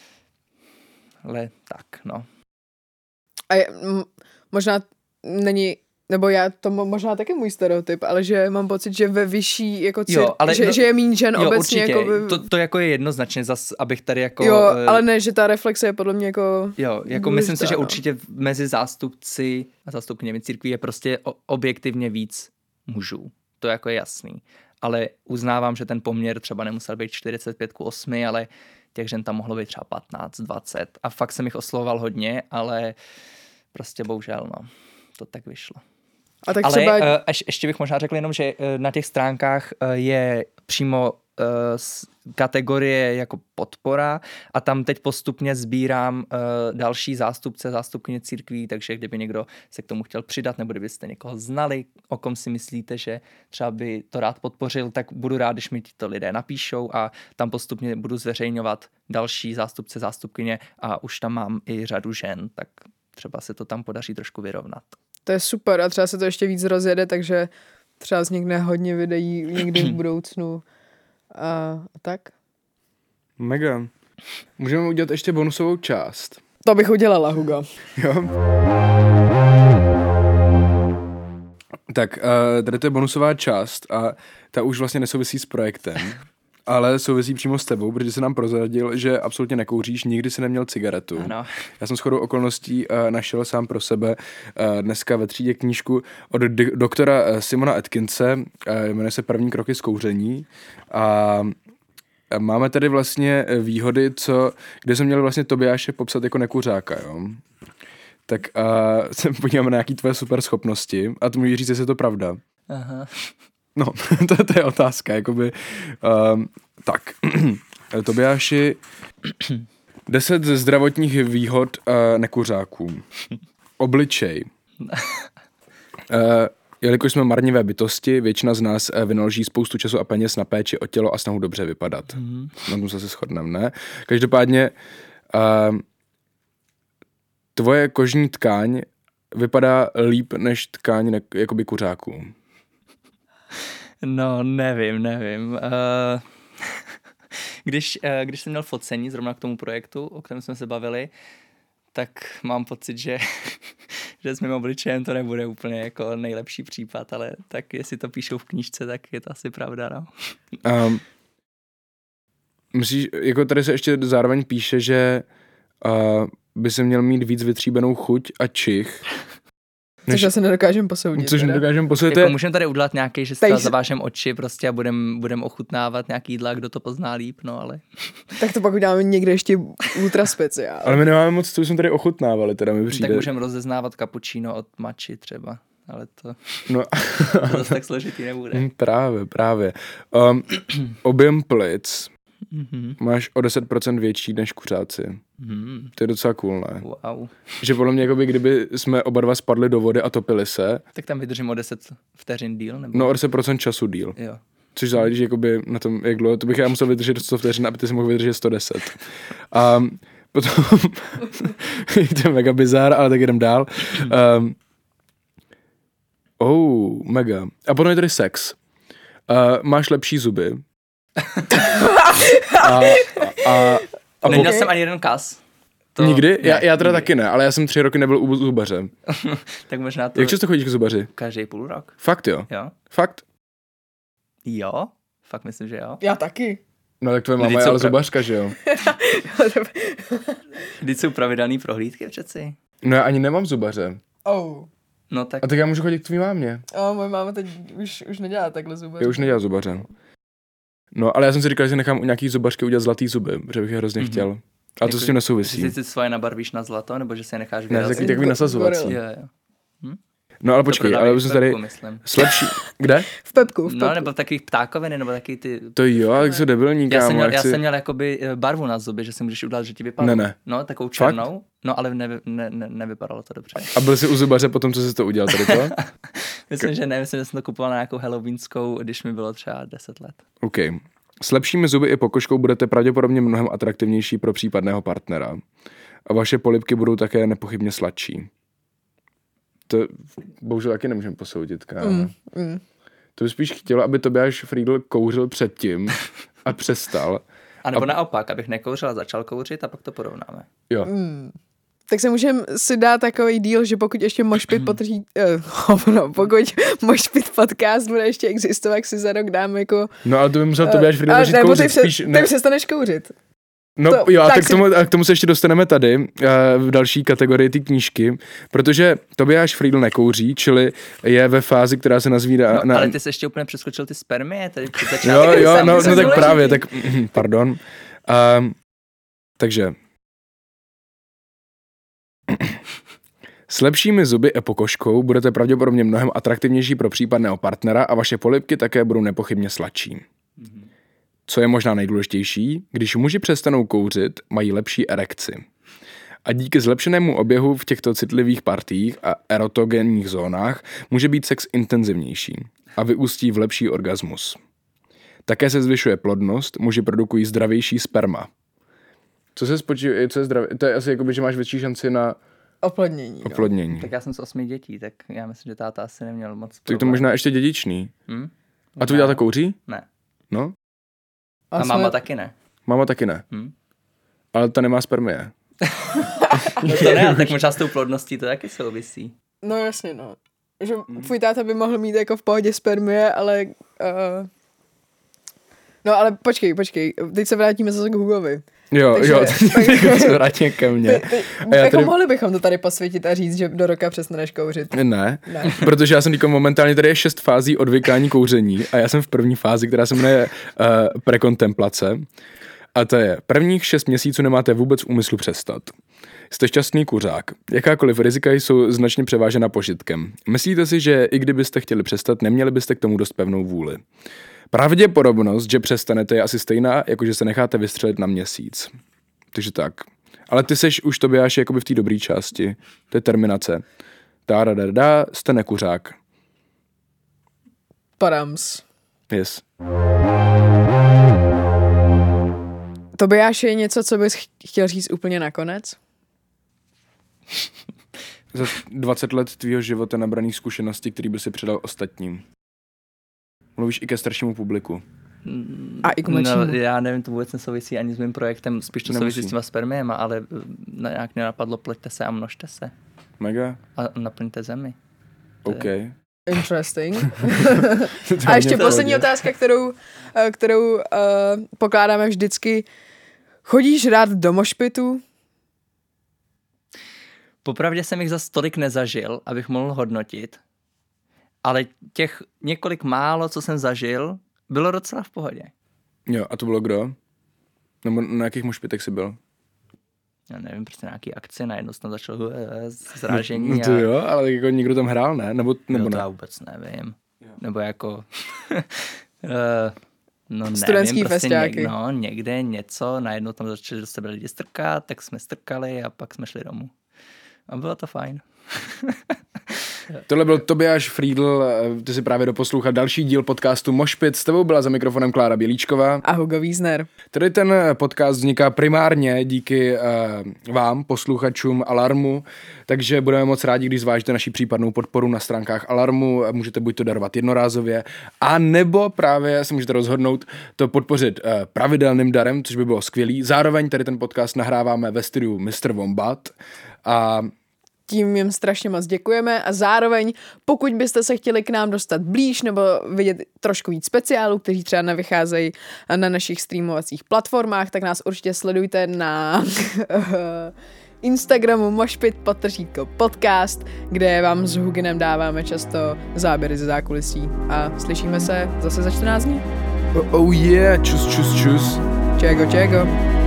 ale tak, no. A je, m- možná není, nebo já, to mo- možná taky můj stereotyp, ale že mám pocit, že ve vyšší, jako cir- jo, ale že, no, že je míň žen jo, obecně. Určitě. Jako by... to, to jako je jednoznačně, zas, abych tady jako... Jo, uh, ale ne, že ta reflexe je podle mě jako... Jo, jako myslím si, že no. určitě mezi zástupci a zástupkyněmi církví je prostě objektivně víc mužů. To jako je jasný. Ale uznávám, že ten poměr třeba nemusel být čtyřicet pět ku osmi, ale těch žen tam mohlo být třeba patnáct, dvacet. A fakt jsem jich oslovoval hodně, ale prostě bohužel, no, to tak vyšlo. A tak ale třeba... uh, až, ještě bych možná řekl jenom, že uh, na těch stránkách uh, je přímo uh, kategorie jako podpora a tam teď postupně sbírám uh, další zástupce, zástupkyně církví, takže kdyby někdo se k tomu chtěl přidat, nebo kdybyste někoho znali, o kom si myslíte, že třeba by to rád podpořil, tak budu rád, když mi tyto lidé napíšou a tam postupně budu zveřejňovat další zástupce, zástupkyně a už tam mám i řadu žen, tak třeba se to tam podaří trošku vyrovnat. To je super a třeba se to ještě víc rozjede, takže třeba vznikne hodně videí někdy v budoucnu a tak. Mega. Můžeme udělat ještě bonusovou část. To bych udělala, Hugo. Jo. Tak uh, tady to je bonusová část a ta už vlastně nesouvisí s projektem, ale souvisí přímo s tebou, protože jsi nám prozradil, že absolutně nekouříš, nikdy jsi neměl cigaretu. Ano. Já jsem shodou okolností uh, našel sám pro sebe uh, dneska ve třídě knížku od d- doktora uh, Simona Atkinse, uh, jmenuje se První kroky z kouření a máme tady vlastně výhody, co, kde jsme měli vlastně Tobiáše popsat jako nekuřáka, jo. Tak uh, se podíváme na nějaký tvoje super schopnosti a to můžeš říct, jestli je to pravda. Aha. No, to, to je otázka, jakoby. Um, tak, Tobiáši, deset zdravotních výhod uh, nekuřáků. Obličej. Uh, jelikož jsme marnivé bytosti, většina z nás uh, vynaloží spoustu času a peněz na péči o tělo a snahu dobře vypadat. Mm-hmm. Na tom se asi shodneme, ne? Každopádně uh, tvoje kožní tkáň vypadá líp než tkáň ne- jakoby kuřáků. No, nevím, nevím. Uh, když, uh, když jsem měl focení zrovna k tomu projektu, o kterém jsme se bavili, tak mám pocit, že, že s mým obličejem to nebude úplně jako nejlepší případ, ale tak jestli to píšou v knížce, tak je to asi pravda, no. Um, myslíš, jako tady se ještě zároveň píše, že uh, by se měl mít víc vytříbenou chuť a čich. Než... Což asi nedokážem posoudit. Což nedokážem posoudit. Jako můžeme tady udělat nějaký, že Tady... si zavážem oči prostě a budem, budem ochutnávat nějaký jídla, kdo to pozná líp, no ale... Tak to pak uděláme někde ještě ultra speciál. Ale my nemáme moc, co jsme tady ochutnávali, teda mi přijde. Tak můžeme rozeznávat cappuccino od mači třeba, ale to, no. to zase tak složitý nebude. Právě, právě. Um, objem plic mm-hmm. máš o deset procent větší než kuřáci. Mm. To je docela cool, ne? Wow. Že podle mě, jakoby, kdyby jsme oba dva spadli do vody a topili se... Tak tam vydržím o deset vteřin díl? Nebo... No o deset procent času díl. Jo. Což záleží jakoby na tom, jak dlouho. To bych já musel vydržet sto vteřin, aby ty si mohl vydržet sto deset. A potom... to je mega bizár, ale tak jdem dál. Um, oh, mega. A potom je tady sex. Uh, máš lepší zuby. a, a, a, a Neměl pok- jsem ani jeden kas. To... Nikdy? Ne, já, já teda nikdy. taky ne, ale já jsem tři roky nebyl u zubaře. Tak možná to... Jak často chodíš k zubaři? Každý půl rok. Fakt jo? Jo. Fakt? Jo? Fakt myslím, že jo. Já taky. No tak tvoje máma je ale pra... zubařka, že jo? Vždyť jsou pravidelný prohlídky přeci. No já ani nemám zubaře. Oh. No tak... A tak já můžu chodit k tvý mámě. Oh, moje máma teď už, už nedělá takhle zubaře. Já už nedělá zubaře. No, ale já jsem si říkal, že nechám u nějaký zubařky udělat zlatý zuby, protože bych je hrozně mm-hmm. chtěl. A jako, to s tím nesouvisí. Že si svoje nabarvíš na zlato, nebo že si je necháš Ne, vyrazit? takový, takový nasazovací. Jo, jo. Hm? No ale počkej, ale už jsem tady slabší. Kde? V Pepku, v Pepku. No, nebo takových ptákoviny, nebo taky ty... To jo, ale jsou debilní, kámo. Já jsem měl, já chci... jsem měl jakoby barvu na zuby, že si můžeš udělat, že ti vypadá. Ne, ne. No, takovou černou. Fakt? No, ale nevy, ne, ne, nevypadalo to dobře. A byl jsi u zubaře potom, co jsi to udělal tady to? Myslím, že ne, myslím, že jsem to kupoval na nějakou halloweenskou, když mi bylo třeba deset let. OK. S lepšími zuby i pokožkou budete pravděpodobně mnohem atraktivnější pro případného partnera. A vaše polibky budou také nepochybně sladší. To bohužel taky nemůžeme posoudit, kámo. Mm, mm. To by spíš chtělo, aby Tobiáš Friedl kouřil předtím a přestal. A nebo a... naopak, abych nekouřil a začal kouřit a pak to porovnáme. Jo. Mm. Tak se můžeme si dát takový díl, že pokud ještě Mošpit potří, uh, no, pokud Mošpit podcast bude ještě existovat, jak si za rok dáme jako... No ale to by musel Tobiáš Friedl uh, začít kouřit. Ty, spíš, ne... ty přestaneš kouřit. No to, jo, a, tak tak k tomu, a k tomu se ještě dostaneme tady, uh, v další kategorii ty knížky, protože Tobiáš Friedl nekouří, čili je ve fázi, která se nazývá... No, na... ale ty jsi ještě úplně přeskočil ty spermie, tady před začátkem. Jo, jo, no, no tak právě, tak pardon. Uh, takže... S lepšími zuby a pokožkou budete pravděpodobně mnohem atraktivnější pro případného partnera a vaše polibky také budou nepochybně sladší. Mm-hmm. Co je možná nejdůležitější, když muži přestanou kouřit, mají lepší erekci. A díky zlepšenému oběhu v těchto citlivých partiích a erotogenních zónách může být sex intenzivnější a vyústí v lepší orgasmus. Také se zvyšuje plodnost, muži produkují zdravější sperma. Co se spočívá, co je zdravé? To je asi jakoby, že máš větší šanci na oplodnění. oplodnění. No. Tak já jsem z osmi dětí, tak já myslím, že táta asi neměl moc problém. Tak to možná ještě dědičný. Hmm? A tvůj táta kouří? Ne. No? A, a jsme... máma taky ne. Máma taky ne. Hmm? Ale ta nemá spermie. No to ne, tak možná s tou plodností to taky souvisí. No jasně, no. Že tvůj táta by mohl mít jako v pohodě spermie, ale... Uh... No ale počkej, počkej, teď se vrátíme zase k Hugovi. Jo, Takže, jo, tak, teď se vrátíme ke mně. Ty, ty, A já jako tady... mohli bychom to tady posvětit a říct, že do roka přestaneš kouřit. Ne, Ne. protože já jsem teďko momentálně, tady je šest fází odvykání kouření a já jsem v první fázi, která se jmenuje uh, prekontemplace. A to je, prvních šest měsíců nemáte vůbec v úmyslu přestat. Jste šťastný kuřák. Jakákoliv rizika jsou značně převážena požitkem. Myslíte si, že i kdybyste chtěli přestat, neměli byste k tomu dost pevnou vůli. Pravděpodobnost, že přestanete, je asi stejná, jako že se necháte vystřelit na měsíc. Takže tak. Ale ty seš už Tobiáš jakoby v té dobré části. To je terminace. Táradada, jste nekuřák. Params. Yes. Tobiáš, je něco, co bys chtěl říct úplně nakonec? Za dvacet let tvýho života nabraných zkušeností, který by si předal ostatním. Mluvíš i ke staršímu publiku. A i k mladšímu. No, já nevím, to vůbec nesouvisí ani s mým projektem, spíš to Nemusí. souvisí s těma spermiema, ale nějak mě napadlo, pleťte se a množte se. Mega? A naplňte zemi. OK. Interesting. A ještě poslední otázka, kterou, eh, kterou uh, pokládáme vždycky. Chodíš rád do mošpitu? Popravdě jsem jich zas tolik nezažil, abych mohl hodnotit, ale těch několik málo, co jsem zažil, bylo docela v pohodě. Jo, a to bylo kdo? Nebo na jakých mošpitech jsi byl? Já nevím, prostě nějaký akce, najednou jsem tam začal zrážení. No, no to a... jo, ale jako někdo tam hrál, ne? Nebo, nebo no, to ne? já vůbec nevím. Jo. Nebo jako... uh, no nevím, Studentský prostě festiáky. něk, no, někde něco, najednou tam začali do sebe lidi strkat, tak jsme strkali a pak jsme šli domů. A bylo to fajn. Tohle byl Tobiáš Friedl, ty si právě doposlouchal další díl podcastu Mošpit. S tebou byla za mikrofonem Klára Bělíčková. A Hugo Wiesner. Tady ten podcast vzniká primárně díky uh, vám, posluchačům Alarmu, takže budeme moc rádi, když zvážíte naši případnou podporu na stránkách Alarmu. Můžete buď to darovat jednorázově, a nebo právě se můžete rozhodnout to podpořit uh, pravidelným darem, což by bylo skvělý. Zároveň tady ten podcast nahráváme ve studiu mister Wombat a Tím jim strašně moc děkujeme a zároveň, pokud byste se chtěli k nám dostat blíž nebo vidět trošku víc speciálů, kteří třeba nevycházejí na našich streamovacích platformách, tak nás určitě sledujte na Instagramu mošpit podtržítko podcast, kde vám s Huginem dáváme často záběry ze zákulisí. A slyšíme se zase za čtrnáct dní. oh, oh yeah, čus, čus, čus. Čego, čego.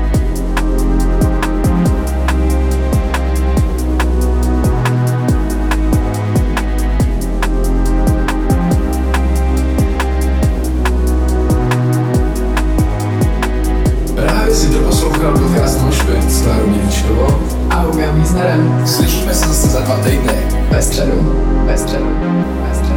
Právě si doposlouchal podcast Mošpit s Klárou Bělíčkovou A Hugem Wiesnerem. Slyšíme se zase za dva týdny. Ve středu. Ve středu. Ve středu.